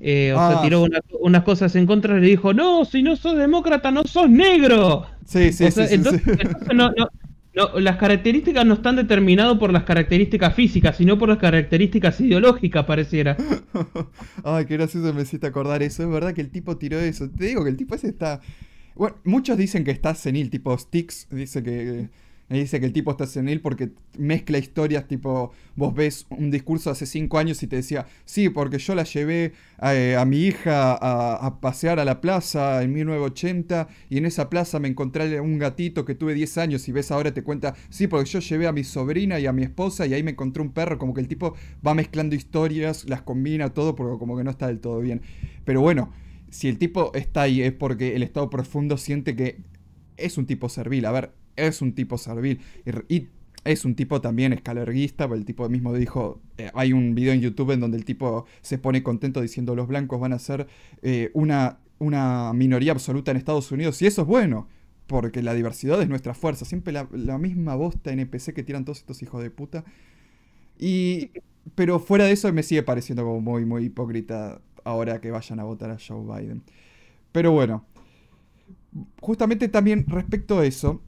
Eh, o sea, Ah, tiró una- unas cosas en contra y le dijo, no, si no sos demócrata, no sos negro. sí, sí, O sí, sea, sí, sí. entonces, entonces no, no, no, las características no están determinadas por las características físicas, sino por las características ideológicas, pareciera. Ay, qué gracioso me hiciste acordar eso. Es verdad que el tipo tiró eso. Te digo que el tipo ese está... Bueno, muchos dicen que está senil, tipo Styx dice que... Dice que el tipo está senil porque mezcla historias, tipo, vos ves un discurso hace cinco años y te decía, sí, porque yo la llevé a, eh, a mi hija a, a pasear a la plaza en mil novecientos ochenta y en esa plaza me encontré un gatito que tuve diez años y ves ahora te cuenta, sí, porque yo llevé a mi sobrina y a mi esposa y ahí me encontré un perro, como que el tipo va mezclando historias, las combina todo, porque como que no está del todo bien. Pero bueno, si el tipo está ahí es porque el estado profundo siente que es un tipo servil. A ver, es un tipo servil. Y, y es un tipo también escalerguista. El tipo mismo dijo, eh, hay un video en YouTube en donde el tipo se pone contento diciendo los blancos van a ser eh, una, una minoría absoluta en Estados Unidos. Y eso es bueno, porque la diversidad es nuestra fuerza. Siempre la, la misma bosta N P C que tiran todos estos hijos de puta. Y... Pero fuera de eso me sigue pareciendo como muy, muy hipócrita ahora que vayan a votar a Joe Biden. Pero bueno, justamente también respecto a eso,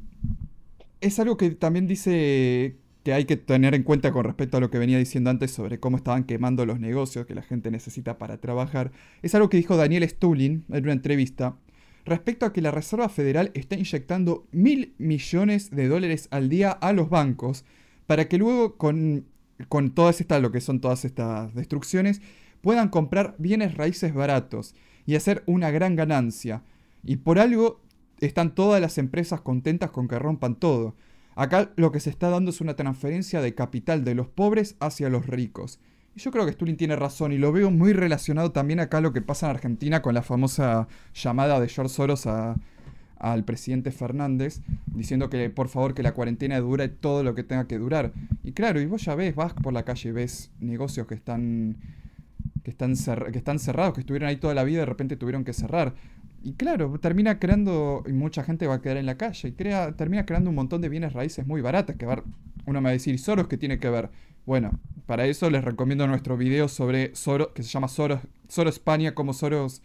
es algo que también dice que hay que tener en cuenta con respecto a lo que venía diciendo antes sobre cómo estaban quemando los negocios que la gente necesita para trabajar. Es algo que dijo Daniel Stulin en una entrevista respecto a que la Reserva Federal está inyectando mil millones de dólares al día a los bancos para que luego con, con todas estas, lo que son todas estas destrucciones, puedan comprar bienes raíces baratos y hacer una gran ganancia. Y por algo están todas las empresas contentas con que rompan todo. Acá lo que se está dando es una transferencia de capital de los pobres hacia los ricos. Y yo creo que Stulin tiene razón y lo veo muy relacionado también acá a lo que pasa en Argentina con la famosa llamada de George Soros a, al presidente Fernández diciendo que por favor que la cuarentena dure todo lo que tenga que durar. Y claro, y vos ya ves, vas por la calle y ves negocios que están, que están, cer- que están cerrados, que estuvieron ahí toda la vida y de repente tuvieron que cerrar. Y claro, termina creando, y mucha gente va a quedar en la calle, y crea, termina creando un montón de bienes raíces muy baratas, que va, uno me va a decir, ¿y Soros qué tiene que ver? Bueno, para eso les recomiendo nuestro video sobre Soros, que se llama Soros, Soros España, como Soros,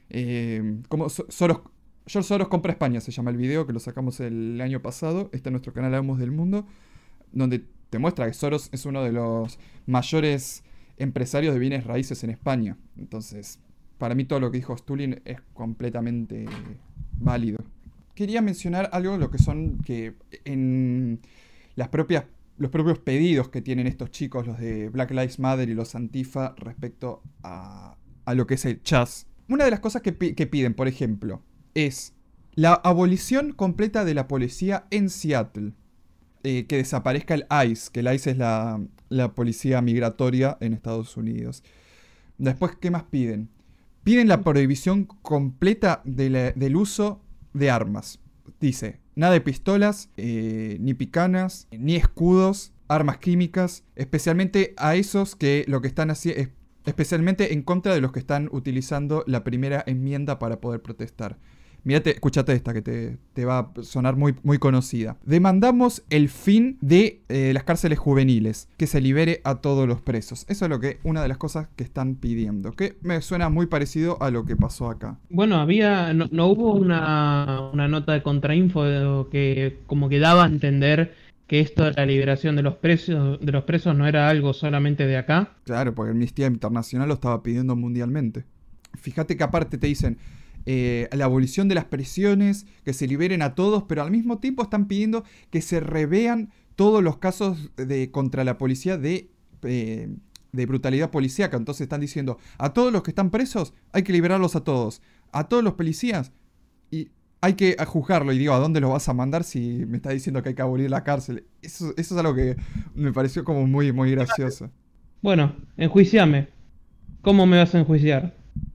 eh, como So- Soros, George Soros compra España, se llama el video, que lo sacamos el año pasado, está en nuestro canal Hablamos del Mundo, donde te muestra que Soros es uno de los mayores empresarios de bienes raíces en España. Entonces, para mí todo lo que dijo Stulin es completamente válido. Quería mencionar algo, lo que son que en las propias, los propios pedidos que tienen estos chicos, los de Black Lives Matter y los Antifa, respecto a, a lo que es el chas. Una de las cosas que, pi- que piden, por ejemplo, es la abolición completa de la policía en Seattle. Eh, que desaparezca el ICE, que el ICE es la, la policía migratoria en Estados Unidos. Después, ¿qué más piden? Piden la prohibición completa de la- del uso de armas. Dice, nada de pistolas, eh, ni picanas, ni escudos, armas químicas, especialmente a esos que lo que están haciendo, especialmente en contra de los que están utilizando la primera enmienda para poder protestar. Mírate, escúchate esta que te, te va a sonar muy, muy conocida. Demandamos el fin de eh, las cárceles juveniles, que se libere a todos los presos. Eso es lo que una de las cosas que están pidiendo, que me suena muy parecido a lo que pasó acá. Bueno, había, no, no hubo una, una nota de contrainfo de- que como que daba a entender que esto de la liberación de los presos, de los presos no era algo solamente de acá. Claro, porque Amnistía Internacional lo estaba pidiendo mundialmente. Fíjate que aparte te dicen eh, la abolición de las prisiones, que se liberen a todos, pero al mismo tiempo están pidiendo que se revean todos los casos de, contra la policía de, eh, de brutalidad policíaca. Entonces están diciendo, a todos los que están presos hay que liberarlos a todos. A todos los policías y hay que juzgarlo. Y digo, ¿a dónde los vas a mandar si me está diciendo que hay que abolir la cárcel? Eso, eso es algo que me pareció como muy, muy gracioso. Bueno, enjuiciame. ¿Cómo me vas a enjuiciar?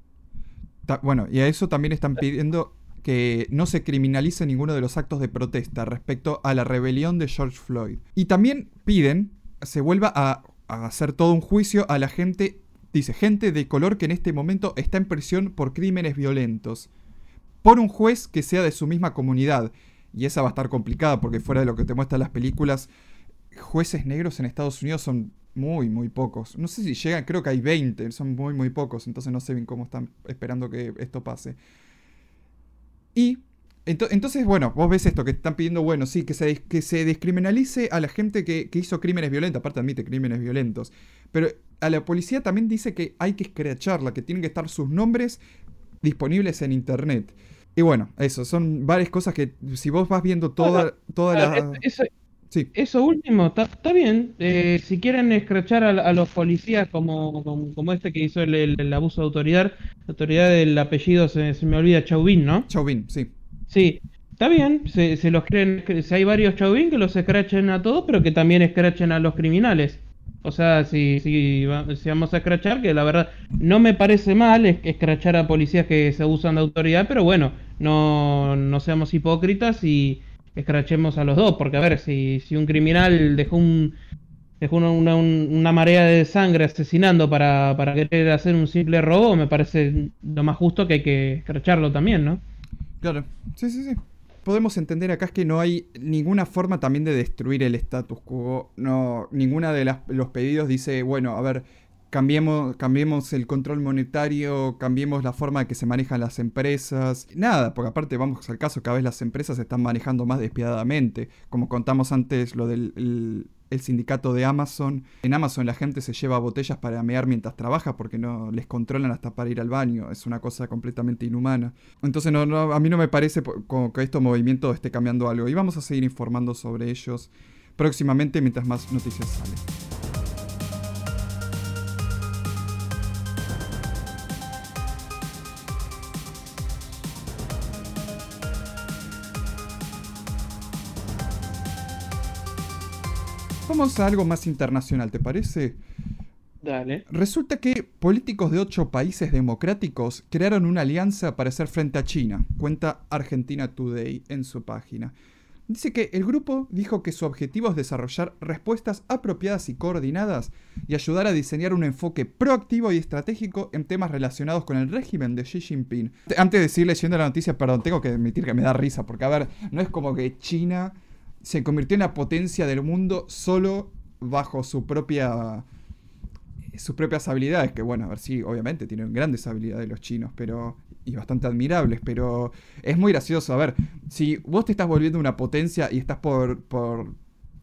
Ta- bueno, y a eso también están pidiendo que no se criminalice ninguno de los actos de protesta respecto a la rebelión de George Floyd. Y también piden se vuelva a, a hacer todo un juicio a la gente, dice, gente de color que en este momento está en prisión por crímenes violentos, por un juez que sea de su misma comunidad. Y esa va a estar complicada porque fuera de lo que te muestran las películas, jueces negros en Estados Unidos son muy, muy pocos. No sé si llegan, creo que hay veinte, son muy, muy pocos, entonces no sé bien cómo están esperando que esto pase. Y ento- entonces, bueno, vos ves esto, que están pidiendo, bueno, sí, que se, dis- que se descriminalice a la gente que, que hizo crímenes violentos, aparte admite crímenes violentos, pero a la policía también dice que hay que escracharla, que tienen que estar sus nombres disponibles en internet. Y bueno, eso, son varias cosas que si vos vas viendo Bueno, toda, toda a ver, la... es- eso, Sí, eso último, está está bien. Eh, si quieren escrachar a, a los policías como, como, como este que hizo el, el- el abuso de autoridad, autoridad del apellido se, se me olvida, Chauvin, ¿no? Chauvin, sí. Sí, está bien, se, se los creen, que si hay varios Chauvin que los escrachen a todos, pero que también escrachen a los criminales. O sea, si, si, va- si vamos a escrachar, que la verdad no me parece mal es- escrachar a policías que se abusan de autoridad, pero bueno, no, no seamos hipócritas y escrachemos a los dos, porque a ver, si, si un criminal dejó un, dejó una, una, un- una marea de sangre asesinando para, para querer hacer un simple robo, me parece lo más justo que hay que escracharlo también, ¿no? Claro, sí, sí, sí. Podemos entender acá es que no hay ninguna forma también de destruir el status quo. No, ninguna de las, los pedidos dice, bueno, a ver, cambiemos, cambiemos el control monetario, cambiemos la forma de que se manejan las empresas. Nada, porque aparte vamos al caso, cada vez las empresas se están manejando más despiadadamente. Como contamos antes, lo del el, el sindicato de Amazon. En Amazon la gente se lleva botellas para mear mientras trabaja porque no les controlan hasta para ir al baño. Es una cosa completamente inhumana. Entonces no, no, a mí no me parece po- como que este movimiento esté cambiando algo. Y vamos a seguir informando sobre ellos próximamente mientras más noticias salen. Vamos a algo más internacional, ¿te parece? Dale. Resulta que políticos de ocho países democráticos crearon una alianza para hacer frente a China, cuenta Argentina Today en su página. Dice que el grupo dijo que su objetivo es desarrollar respuestas apropiadas y coordinadas y ayudar a diseñar un enfoque proactivo y estratégico en temas relacionados con el régimen de Xi Jinping. Antes de seguir leyendo la noticia, perdón, tengo que admitir que me da risa, porque a ver, no es como que China se convirtió en la potencia del mundo solo bajo su propia sus propias habilidades, que bueno, a ver si obviamente tienen grandes habilidades los chinos, pero y bastante admirables, pero es muy gracioso. A ver, si vos te estás volviendo una potencia y estás por, por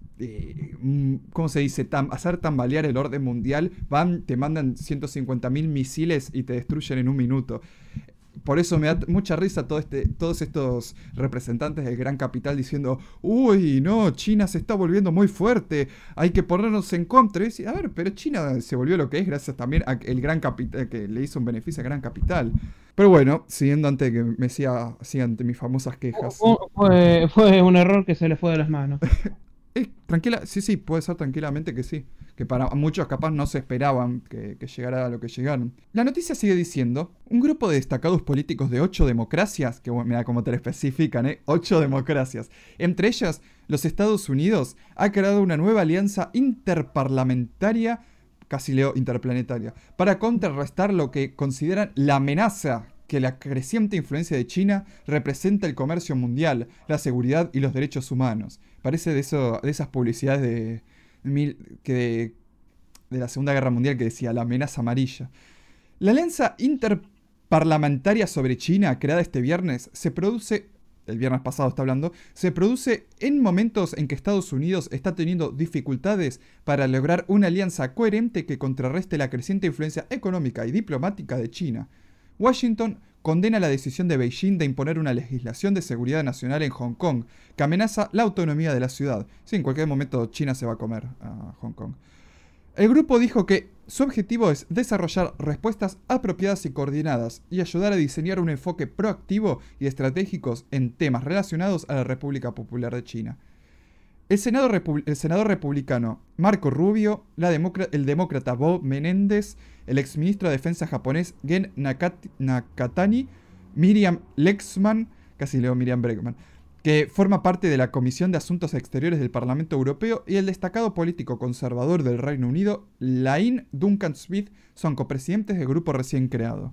eh, mm, ¿cómo se dice? Tam- hacer tambalear el orden mundial, van, te mandan ciento cincuenta mil misiles y te destruyen en un minuto. Por eso me da mucha risa todo este, todos estos representantes del gran capital diciendo, uy, no, China se está volviendo muy fuerte, hay que ponernos en contra. Y decir, a ver, pero China se volvió lo que es gracias también al gran capital, que le hizo un beneficio al gran capital. Pero bueno, siguiendo antes de que me siga, siga ante mis famosas quejas. Fue, fue fue un error que se le fue de las manos. Eh, tranquila, sí, sí, puede ser tranquilamente que sí. Que para muchos capaz no se esperaban que, que llegara a lo que llegaron. La noticia sigue diciendo, un grupo de destacados políticos de ocho democracias, que bueno, mira cómo te lo especifican, ¿eh? Ocho democracias. Entre ellas, los Estados Unidos, ha creado una nueva alianza interparlamentaria, casi leo interplanetaria, para contrarrestar lo que consideran la amenaza que la creciente influencia de China representa el comercio mundial, la seguridad y los derechos humanos. Parece de, eso, de esas publicidades de, mil, que de, de la Segunda Guerra Mundial que decía la amenaza amarilla. La alianza interparlamentaria sobre China, creada este viernes, se produce, el viernes pasado está hablando, se produce en momentos en que Estados Unidos está teniendo dificultades para lograr una alianza coherente que contrarreste la creciente influencia económica y diplomática de China. Washington condena la decisión de Beijing de imponer una legislación de seguridad nacional en Hong Kong que amenaza la autonomía de la ciudad. Sí, en cualquier momento China se va a comer a Hong Kong. El grupo dijo que su objetivo es desarrollar respuestas apropiadas y coordinadas y ayudar a diseñar un enfoque proactivo y estratégicos en temas relacionados a la República Popular de China. El, Senado Repu- el senador republicano Marco Rubio, la demócrata- el demócrata Bob Menéndez, el exministro de Defensa japonés Gen Nakat- Nakatani, Miriam Lexman, casi leo Miriam Bregman, que forma parte de la Comisión de Asuntos Exteriores del Parlamento Europeo, y el destacado político conservador del Reino Unido, Laine Duncan Smith, son copresidentes del grupo recién creado.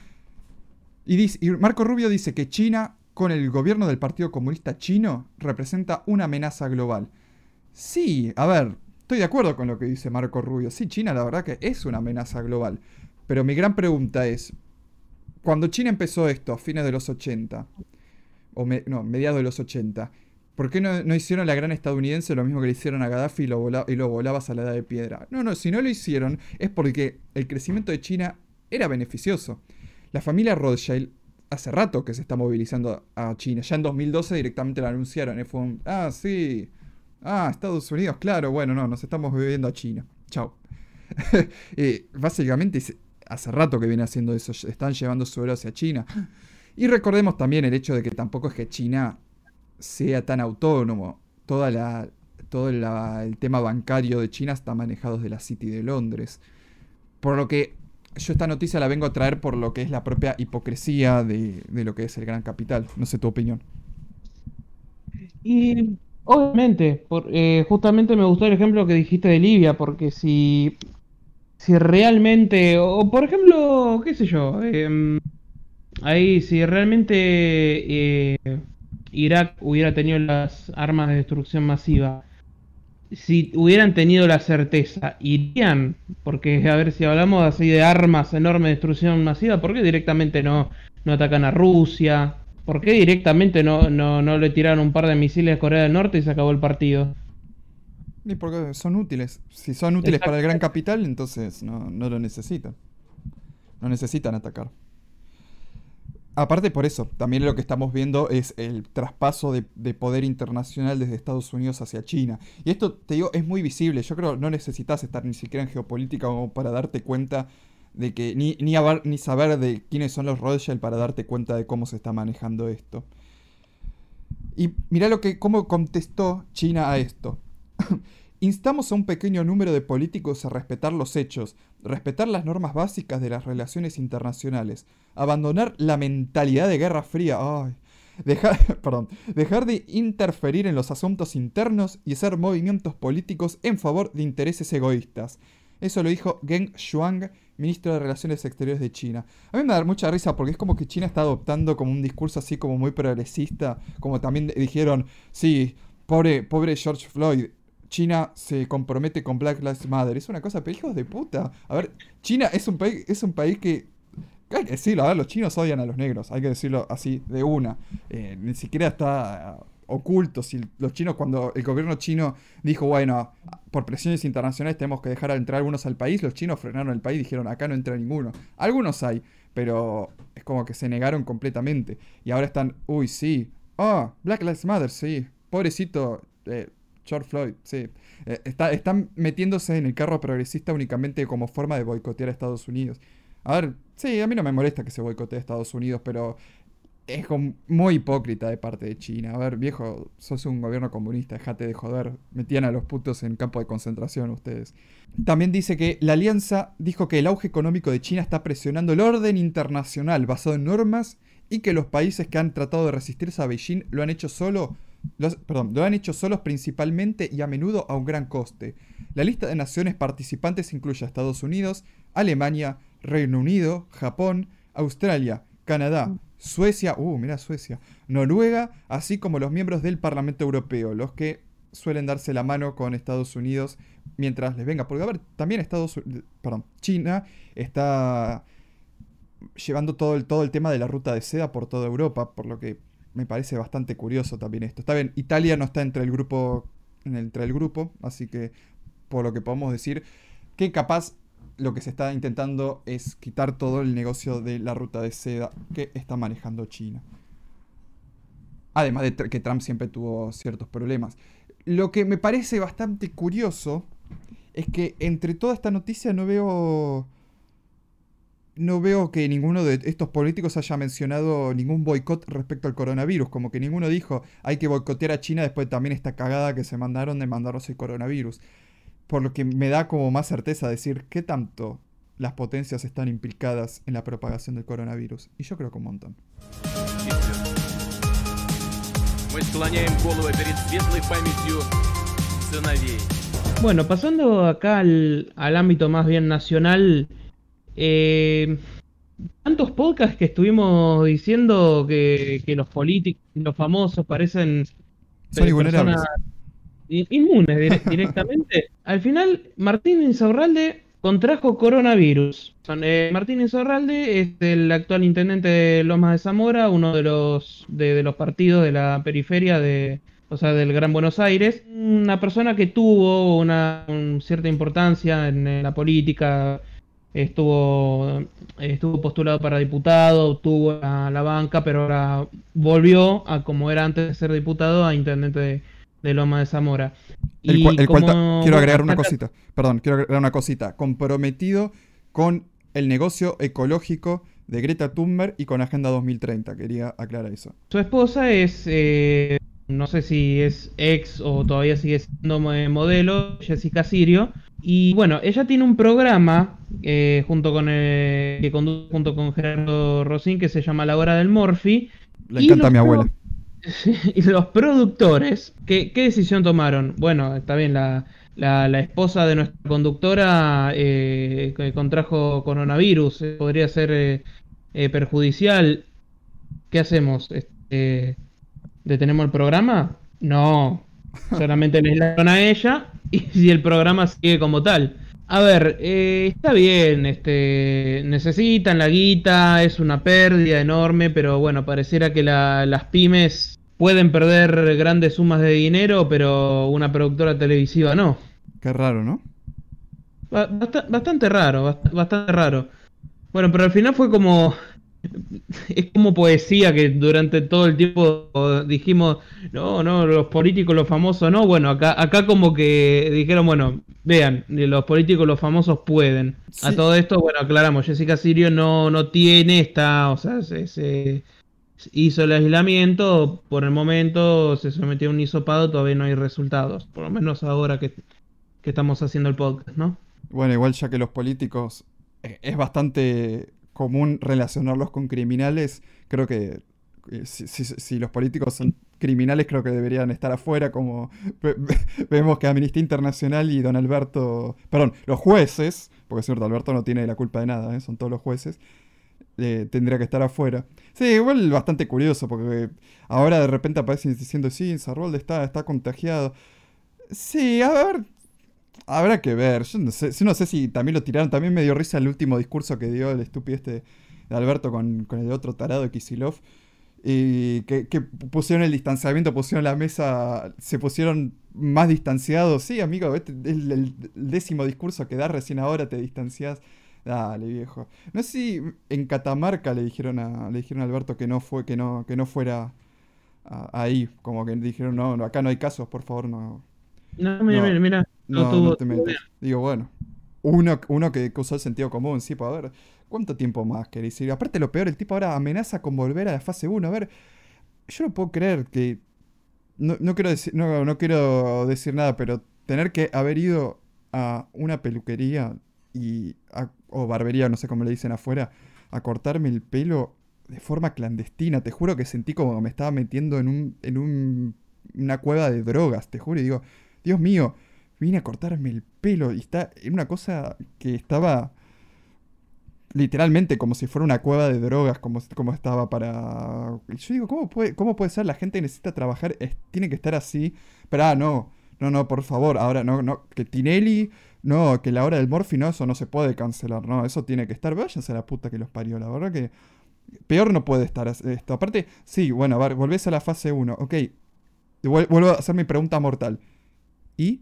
Y, dice, y Marco Rubio dice que China, con el gobierno del Partido Comunista Chino, representa una amenaza global. Sí, a ver, estoy de acuerdo con lo que dice Marco Rubio. Sí, China la verdad que es una amenaza global. Pero mi gran pregunta es, cuando China empezó esto a fines de los ochenta, o me, no, mediados de los ochenta, ¿por qué no, no hicieron la gran estadounidense lo mismo que le hicieron a Gaddafi y lo, vola, y lo volabas a la edad de piedra? No, no, si no lo hicieron es porque el crecimiento de China era beneficioso. La familia Rothschild hace rato que se está movilizando a China. Ya en dos mil doce directamente lo anunciaron. Y fue un, ah, sí. Ah, Estados Unidos, claro. Bueno, no, nos estamos viviendo a China. Chao. eh, básicamente hace rato que viene haciendo eso. Están llevando su oro hacia China. Y recordemos también el hecho de que tampoco es que China sea tan autónomo. Toda la, todo la, el tema bancario de China está manejado desde la City de Londres. Por lo que yo esta noticia la vengo a traer por lo que es la propia hipocresía de, de lo que es el gran capital. No sé tu opinión. Y obviamente, por, eh, justamente me gustó el ejemplo que dijiste de Libia, porque si, si realmente, o por ejemplo, qué sé yo, eh, ahí si realmente eh, Irak hubiera tenido las armas de destrucción masiva, si hubieran tenido la certeza, irían, porque a ver si hablamos así de armas enormes de destrucción masiva, ¿por qué directamente no, no atacan a Rusia? ¿Por qué directamente no, no, no le tiraron un par de misiles a Corea del Norte y se acabó el partido? Y porque son útiles. Si son útiles para el gran capital, entonces no, no lo necesitan. No necesitan atacar. Aparte por eso, también lo que estamos viendo es el traspaso de, de poder internacional desde Estados Unidos hacia China. Y esto, te digo, es muy visible. Yo creo que no necesitas estar ni siquiera en geopolítica como para darte cuenta de que, ni, ni, haber, ni saber de quiénes son los Rothschild para darte cuenta de cómo se está manejando esto. Y mirá lo que, cómo contestó China a esto. Instamos a un pequeño número de políticos a respetar los hechos, respetar las normas básicas de las relaciones internacionales, abandonar la mentalidad de Guerra Fría, ay, dejar, perdón, dejar de interferir en los asuntos internos y hacer movimientos políticos en favor de intereses egoístas. Eso lo dijo Geng Shuang, ministro de Relaciones Exteriores de China. A mí me da mucha risa porque es como que China está adoptando como un discurso así como muy progresista, como también dijeron, sí, pobre, pobre George Floyd. China se compromete con Black Lives Matter. Es una cosa, pero hijos de puta. A ver, China es un país, es un país que, hay que decirlo, a ver, los chinos odian a los negros, hay que decirlo así, de una. Eh, ni siquiera está uh, oculto. Si los chinos, cuando el gobierno chino dijo, bueno, por presiones internacionales tenemos que dejar entrar algunos al país, los chinos frenaron el país y dijeron, acá no entra ninguno. Algunos hay, pero es como que se negaron completamente. Y ahora están, uy, sí. Ah, oh, Black Lives Matter, sí. Pobrecito, eh, George Floyd, sí. Eh, está, están metiéndose en el carro progresista únicamente como forma de boicotear a Estados Unidos. A ver, sí, a mí no me molesta que se boicotee a Estados Unidos, pero es como muy hipócrita de parte de China. A ver, viejo, sos un gobierno comunista, dejate de joder. Metían a los putos en campo de concentración ustedes. También dice que la alianza dijo que el auge económico de China está presionando el orden internacional basado en normas y que los países que han tratado de resistirse a Beijing lo han hecho solo... Los, perdón, lo han hecho solos principalmente y a menudo a un gran coste. La lista de naciones participantes incluye a Estados Unidos, Alemania, Reino Unido, Japón, Australia, Canadá, Suecia, uh, mira Suecia, Noruega, así como los miembros del Parlamento Europeo, los que suelen darse la mano con Estados Unidos mientras les venga. Porque, a ver, también Estados perdón, China está llevando todo el, todo el tema de la ruta de seda por toda Europa, por lo que me parece bastante curioso también esto. Está bien, Italia no está entre el grupo, entre el grupo, así que por lo que podemos decir que capaz lo que se está intentando es quitar todo el negocio de la ruta de seda que está manejando China. Además de que Trump siempre tuvo ciertos problemas. Lo que me parece bastante curioso es que entre toda esta noticia no veo... No veo que ninguno de estos políticos haya mencionado ningún boicot respecto al coronavirus. Como que ninguno dijo, hay que boicotear a China después también esta cagada que se mandaron de mandarnos el coronavirus. Por lo que me da como más certeza decir qué tanto las potencias están implicadas en la propagación del coronavirus. Y yo creo que un montón. Bueno, pasando acá al, al ámbito más bien nacional... Eh, tantos podcasts que estuvimos diciendo que, que los políticos y los famosos parecen Son personas inmunes dire- directamente. Al final, Martín Insaurralde contrajo coronavirus. Son, eh, Martín Insaurralde es el actual intendente de Lomas de Zamora, uno de los, de, de los partidos de la periferia de, o sea, del Gran Buenos Aires. Una persona que tuvo una un cierta importancia en, en la política, estuvo, estuvo postulado para diputado, obtuvo la, la banca, pero ahora volvió a como era antes de ser diputado, a intendente de, de Loma de Zamora. El cual, Y el cual ta- como, quiero bueno, agregar una acá- cosita. Perdón, quiero agregar una cosita. Comprometido con el negocio ecológico de Greta Thunberg y con Agenda dos mil treinta. Quería aclarar eso. su esposa es, eh, no sé si es ex o todavía sigue siendo eh, modelo, Jessica Sirio. Y bueno, ella tiene un programa eh, junto con eh, que conduce junto con Gerardo Rosín, que se llama La Hora del Morphy. Le Y encanta a los, mi pro- abuela. y los productores, ¿qué, qué decisión tomaron? Bueno, está bien, la, la, la esposa de nuestra conductora eh, que contrajo coronavirus, eh, podría ser eh, eh, perjudicial. ¿Qué hacemos? Este, ¿detenemos el programa? No, solamente le aislaron a ella y si el programa sigue como tal. A ver, eh, está bien, este, necesitan la guita, es una pérdida enorme, pero bueno, pareciera que la- las pymes pueden perder grandes sumas de dinero, pero una productora televisiva no. Qué raro, ¿no? Ba- basta- bastante raro, bast- bastante raro. Bueno, pero al final fue como, es como poesía que durante todo el tiempo dijimos, no, no, los políticos, los famosos, no. Bueno, acá, acá como que dijeron, bueno, vean, los políticos, los famosos pueden. A Sí, todo esto, bueno, aclaramos, Jessica Sirio no, no tiene, está, o sea, se, se hizo el aislamiento, por el momento se sometió a un hisopado, todavía no hay resultados, por lo menos ahora que, que estamos haciendo el podcast, ¿no? bueno, igual ya que los políticos eh, es bastante común relacionarlos con criminales, creo que eh, si, si- si los políticos son criminales, creo que deberían estar afuera, como ve- ve- vemos que Amnistía Internacional y Don Alberto, perdón, los jueces, porque es cierto, Alberto no tiene la culpa de nada, ¿eh? Son todos los jueces, eh, tendría que estar afuera. Sí, igual bastante curioso, porque ahora de repente aparecen diciendo, sí, Sarrolda está, está contagiado. Sí, a ver, habrá que ver. Yo no sé, yo no sé si también lo tiraron. También me dio risa el último discurso que dio el estúpido este de Alberto con, con el otro tarado de Kicillof. Y que, que pusieron el distanciamiento, pusieron la mesa, se pusieron más distanciados. Sí, amigo, este es el, el décimo discurso que das recién ahora, te distanciás. Dale, viejo. No sé si en Catamarca le dijeron a, le dijeron a Alberto que no fue, que no, que no fuera a- ahí. Como que dijeron, no, no, acá no hay casos, por favor, no. No, mira, No, mira, mira, todo no, no tuvo, te todo bien. metas. Digo, bueno, uno, uno que, que usó el sentido común, sí, para ver, ¿cuánto tiempo más queréis ir? Aparte, lo peor, el tipo ahora amenaza con volver a la fase uno. A ver, yo no puedo creer que. No, no quiero decir, no, no quiero decir nada, pero tener que haber ido a una peluquería y a- o barbería, no sé cómo le dicen afuera, a cortarme el pelo de forma clandestina. Te juro que sentí como me estaba metiendo en un, en un, una cueva de drogas, te juro, y digo, Dios mío, vine a cortarme el pelo y está en una cosa que estaba literalmente como si fuera una cueva de drogas, como, como estaba para. Yo digo, ¿cómo puede, cómo puede ser? La gente que necesita trabajar, es- tiene que estar así. Pero, ah, no, no, no, por favor, ahora no, no, que Tinelli, no, que la hora del Morphy, no, eso no se puede cancelar, no, eso tiene que estar. Váyanse a la puta que los parió, la verdad que peor no puede estar as- esto. Aparte, sí, bueno, a ver, volvés a la fase uno, ok, vuel- vuelvo a hacer mi pregunta mortal. ¿Y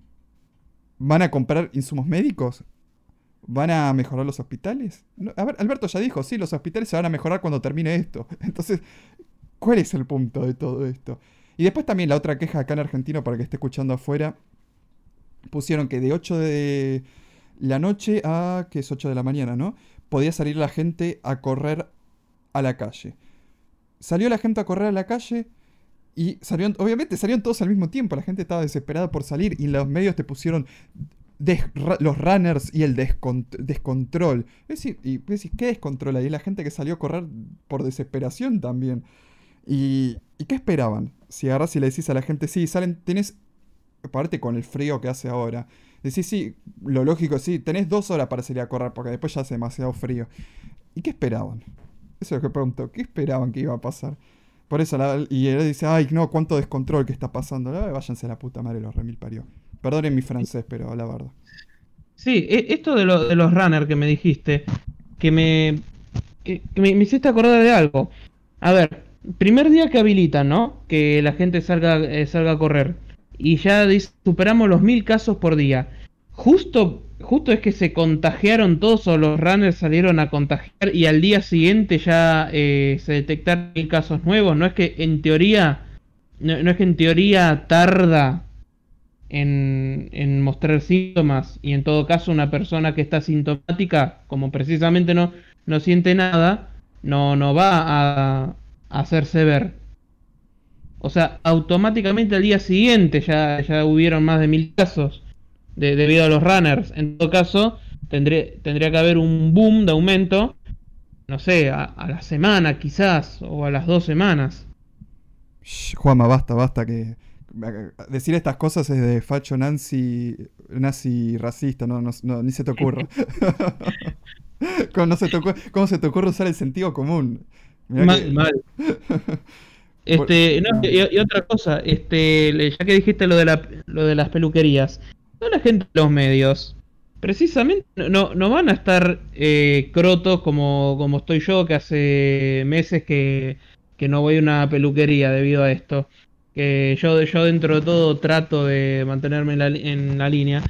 van a comprar insumos médicos? ¿Van a mejorar los hospitales? No, a ver, Alberto ya dijo, sí, los hospitales se van a mejorar cuando termine esto. Entonces, ¿cuál es el punto de todo esto? Y después también la otra queja acá en Argentina, para que esté escuchando afuera, pusieron que de ocho de la noche a, que es ocho de la mañana, ¿no? Podía salir la gente a correr a la calle. Salió la gente a correr a la calle y salieron, obviamente salieron todos al mismo tiempo, la gente estaba desesperada por salir y los medios te pusieron des- ra- los runners y el descont- descontrol. Es decir, y es decir, ¿qué descontrol hay? La gente que salió a correr por desesperación también. ¿Y, y qué esperaban? Si agarras y le decís a la gente, sí, salen, tenés, aparte con el frío que hace ahora, decís, sí, lo lógico, sí, tenés dos horas para salir a correr porque después ya hace demasiado frío. ¿Y qué esperaban? Eso es lo que pregunto, ¿qué esperaban que iba a pasar? Por eso, la, y él dice, ay, no, cuánto descontrol que está pasando. No, váyanse a la puta madre, los remil parió. Perdonen mi francés, pero la verdad. Sí, esto de, lo, de los runners que me dijiste, que me, que me, me hiciste acordar de algo. A ver, primer día que habilitan, ¿no? Que la gente salga, eh, salga a correr. Y ya dice, superamos los mil casos por día. Justo, justo es que se contagiaron todos o los runners salieron a contagiar y al día siguiente ya eh, se detectaron mil casos nuevos. No es que en teoría, no, no es que en teoría tarda en, en mostrar síntomas, y en todo caso una persona que está sintomática, como precisamente no, no siente nada, no, no va a, a hacerse ver. O sea, automáticamente al día siguiente ya, ya hubieron más de mil casos de, debido a los runners. En todo caso, tendría, tendría que haber un boom de aumento, no sé, a, a la semana quizás, o a las dos semanas. Shh, Juanma, basta, basta, que decir estas cosas es de facho nazi, nazi racista, no, no, no ni se te ocurra. ¿Cómo, no se te ocurre, ¿Cómo se te ocurre usar el sentido común? Mirá Mal, que... mal. Este, no, y, y otra cosa, este, ya que dijiste lo de la, lo de las peluquerías, no, la gente de los medios, precisamente no, no van a estar eh, crotos como, como estoy yo, que hace meses que, que no voy a una peluquería debido a esto. Que yo, yo dentro de todo trato de mantenerme en la, en la línea.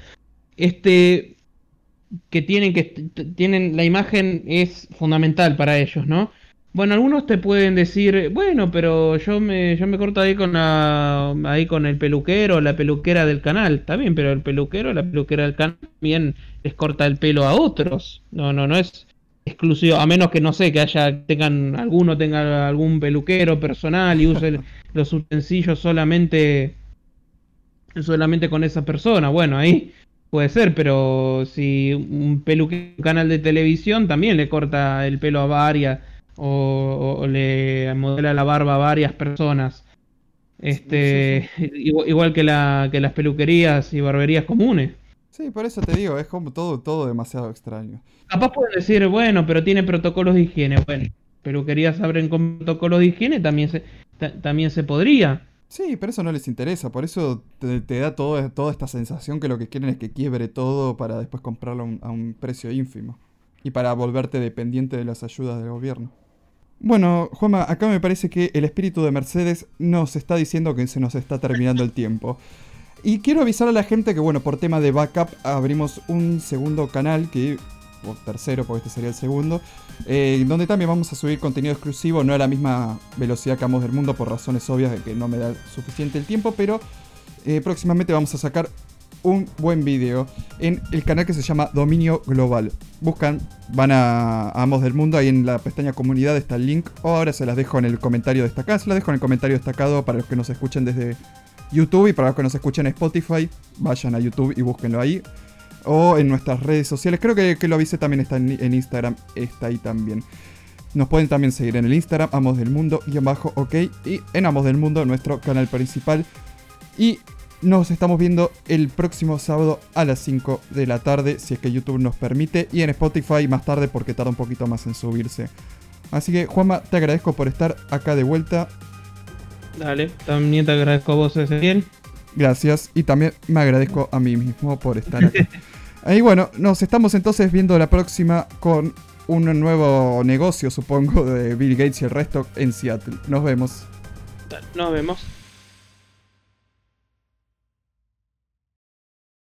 Este, que tienen que tienen la imagen es fundamental para ellos, ¿no? Bueno, algunos te pueden decir, bueno, pero yo me yo me corto ahí con la ahí con el peluquero, la peluquera del canal, está bien, pero el peluquero, la peluquera del canal también les corta el pelo a otros. No, no, no es exclusivo, a menos que no sé, que haya tengan alguno tenga algún peluquero personal y use los utensilios solamente solamente con esa persona. Bueno, ahí puede ser, pero si un peluquero, un canal de televisión también le corta el pelo a varias o, o le modela la barba a varias personas. Este, sí, sí. Igual, igual que la que las peluquerías y barberías comunes. Sí, por eso te digo, es como todo, todo demasiado extraño. Capaz pueden decir, bueno, pero tiene protocolos de higiene. Bueno, peluquerías abren con protocolos de higiene, también se, ta- también se podría. Sí, pero eso no les interesa, por eso te, te da todo, toda esta sensación que lo que quieren es que quiebre todo para después comprarlo a un, a un precio ínfimo. Y para volverte dependiente de las ayudas del gobierno. Bueno, Juanma, acá me parece que el espíritu de Mercedes nos está diciendo que se nos está terminando el tiempo. Y quiero avisar a la gente que, bueno, por tema de backup abrimos un segundo canal, que o tercero, porque este sería el segundo, eh, donde también vamos a subir contenido exclusivo, no a la misma velocidad que Amos del Mundo, por razones obvias de que no me da suficiente el tiempo, pero eh, próximamente vamos a sacar un buen video en el canal que se llama Dominio Global. Buscan, van a, a Amos del Mundo, ahí en la pestaña comunidad está el link, o ahora se las dejo en el comentario destacado, se las dejo en el comentario destacado para los que nos escuchen desde YouTube, y para los que nos escuchen en Spotify, vayan a YouTube y búsquenlo ahí. O en nuestras redes sociales, creo que, que lo avisé también, está en, en Instagram, está ahí también. Nos pueden también seguir en el Instagram, Amos del Mundo, guión bajo, ok, y en Amos del Mundo, nuestro canal principal. Y nos estamos viendo el próximo sábado a las cinco de la tarde, si es que YouTube nos permite, y en Spotify más tarde porque tarda un poquito más en subirse. Así que, Juanma, te agradezco por estar acá de vuelta. Dale, también te agradezco a vos, Ezequiel. Gracias, y también me agradezco a mí mismo por estar acá. Y bueno, nos estamos entonces viendo la próxima con un nuevo negocio, supongo, de Bill Gates y el resto en Seattle. Nos vemos. Nos vemos.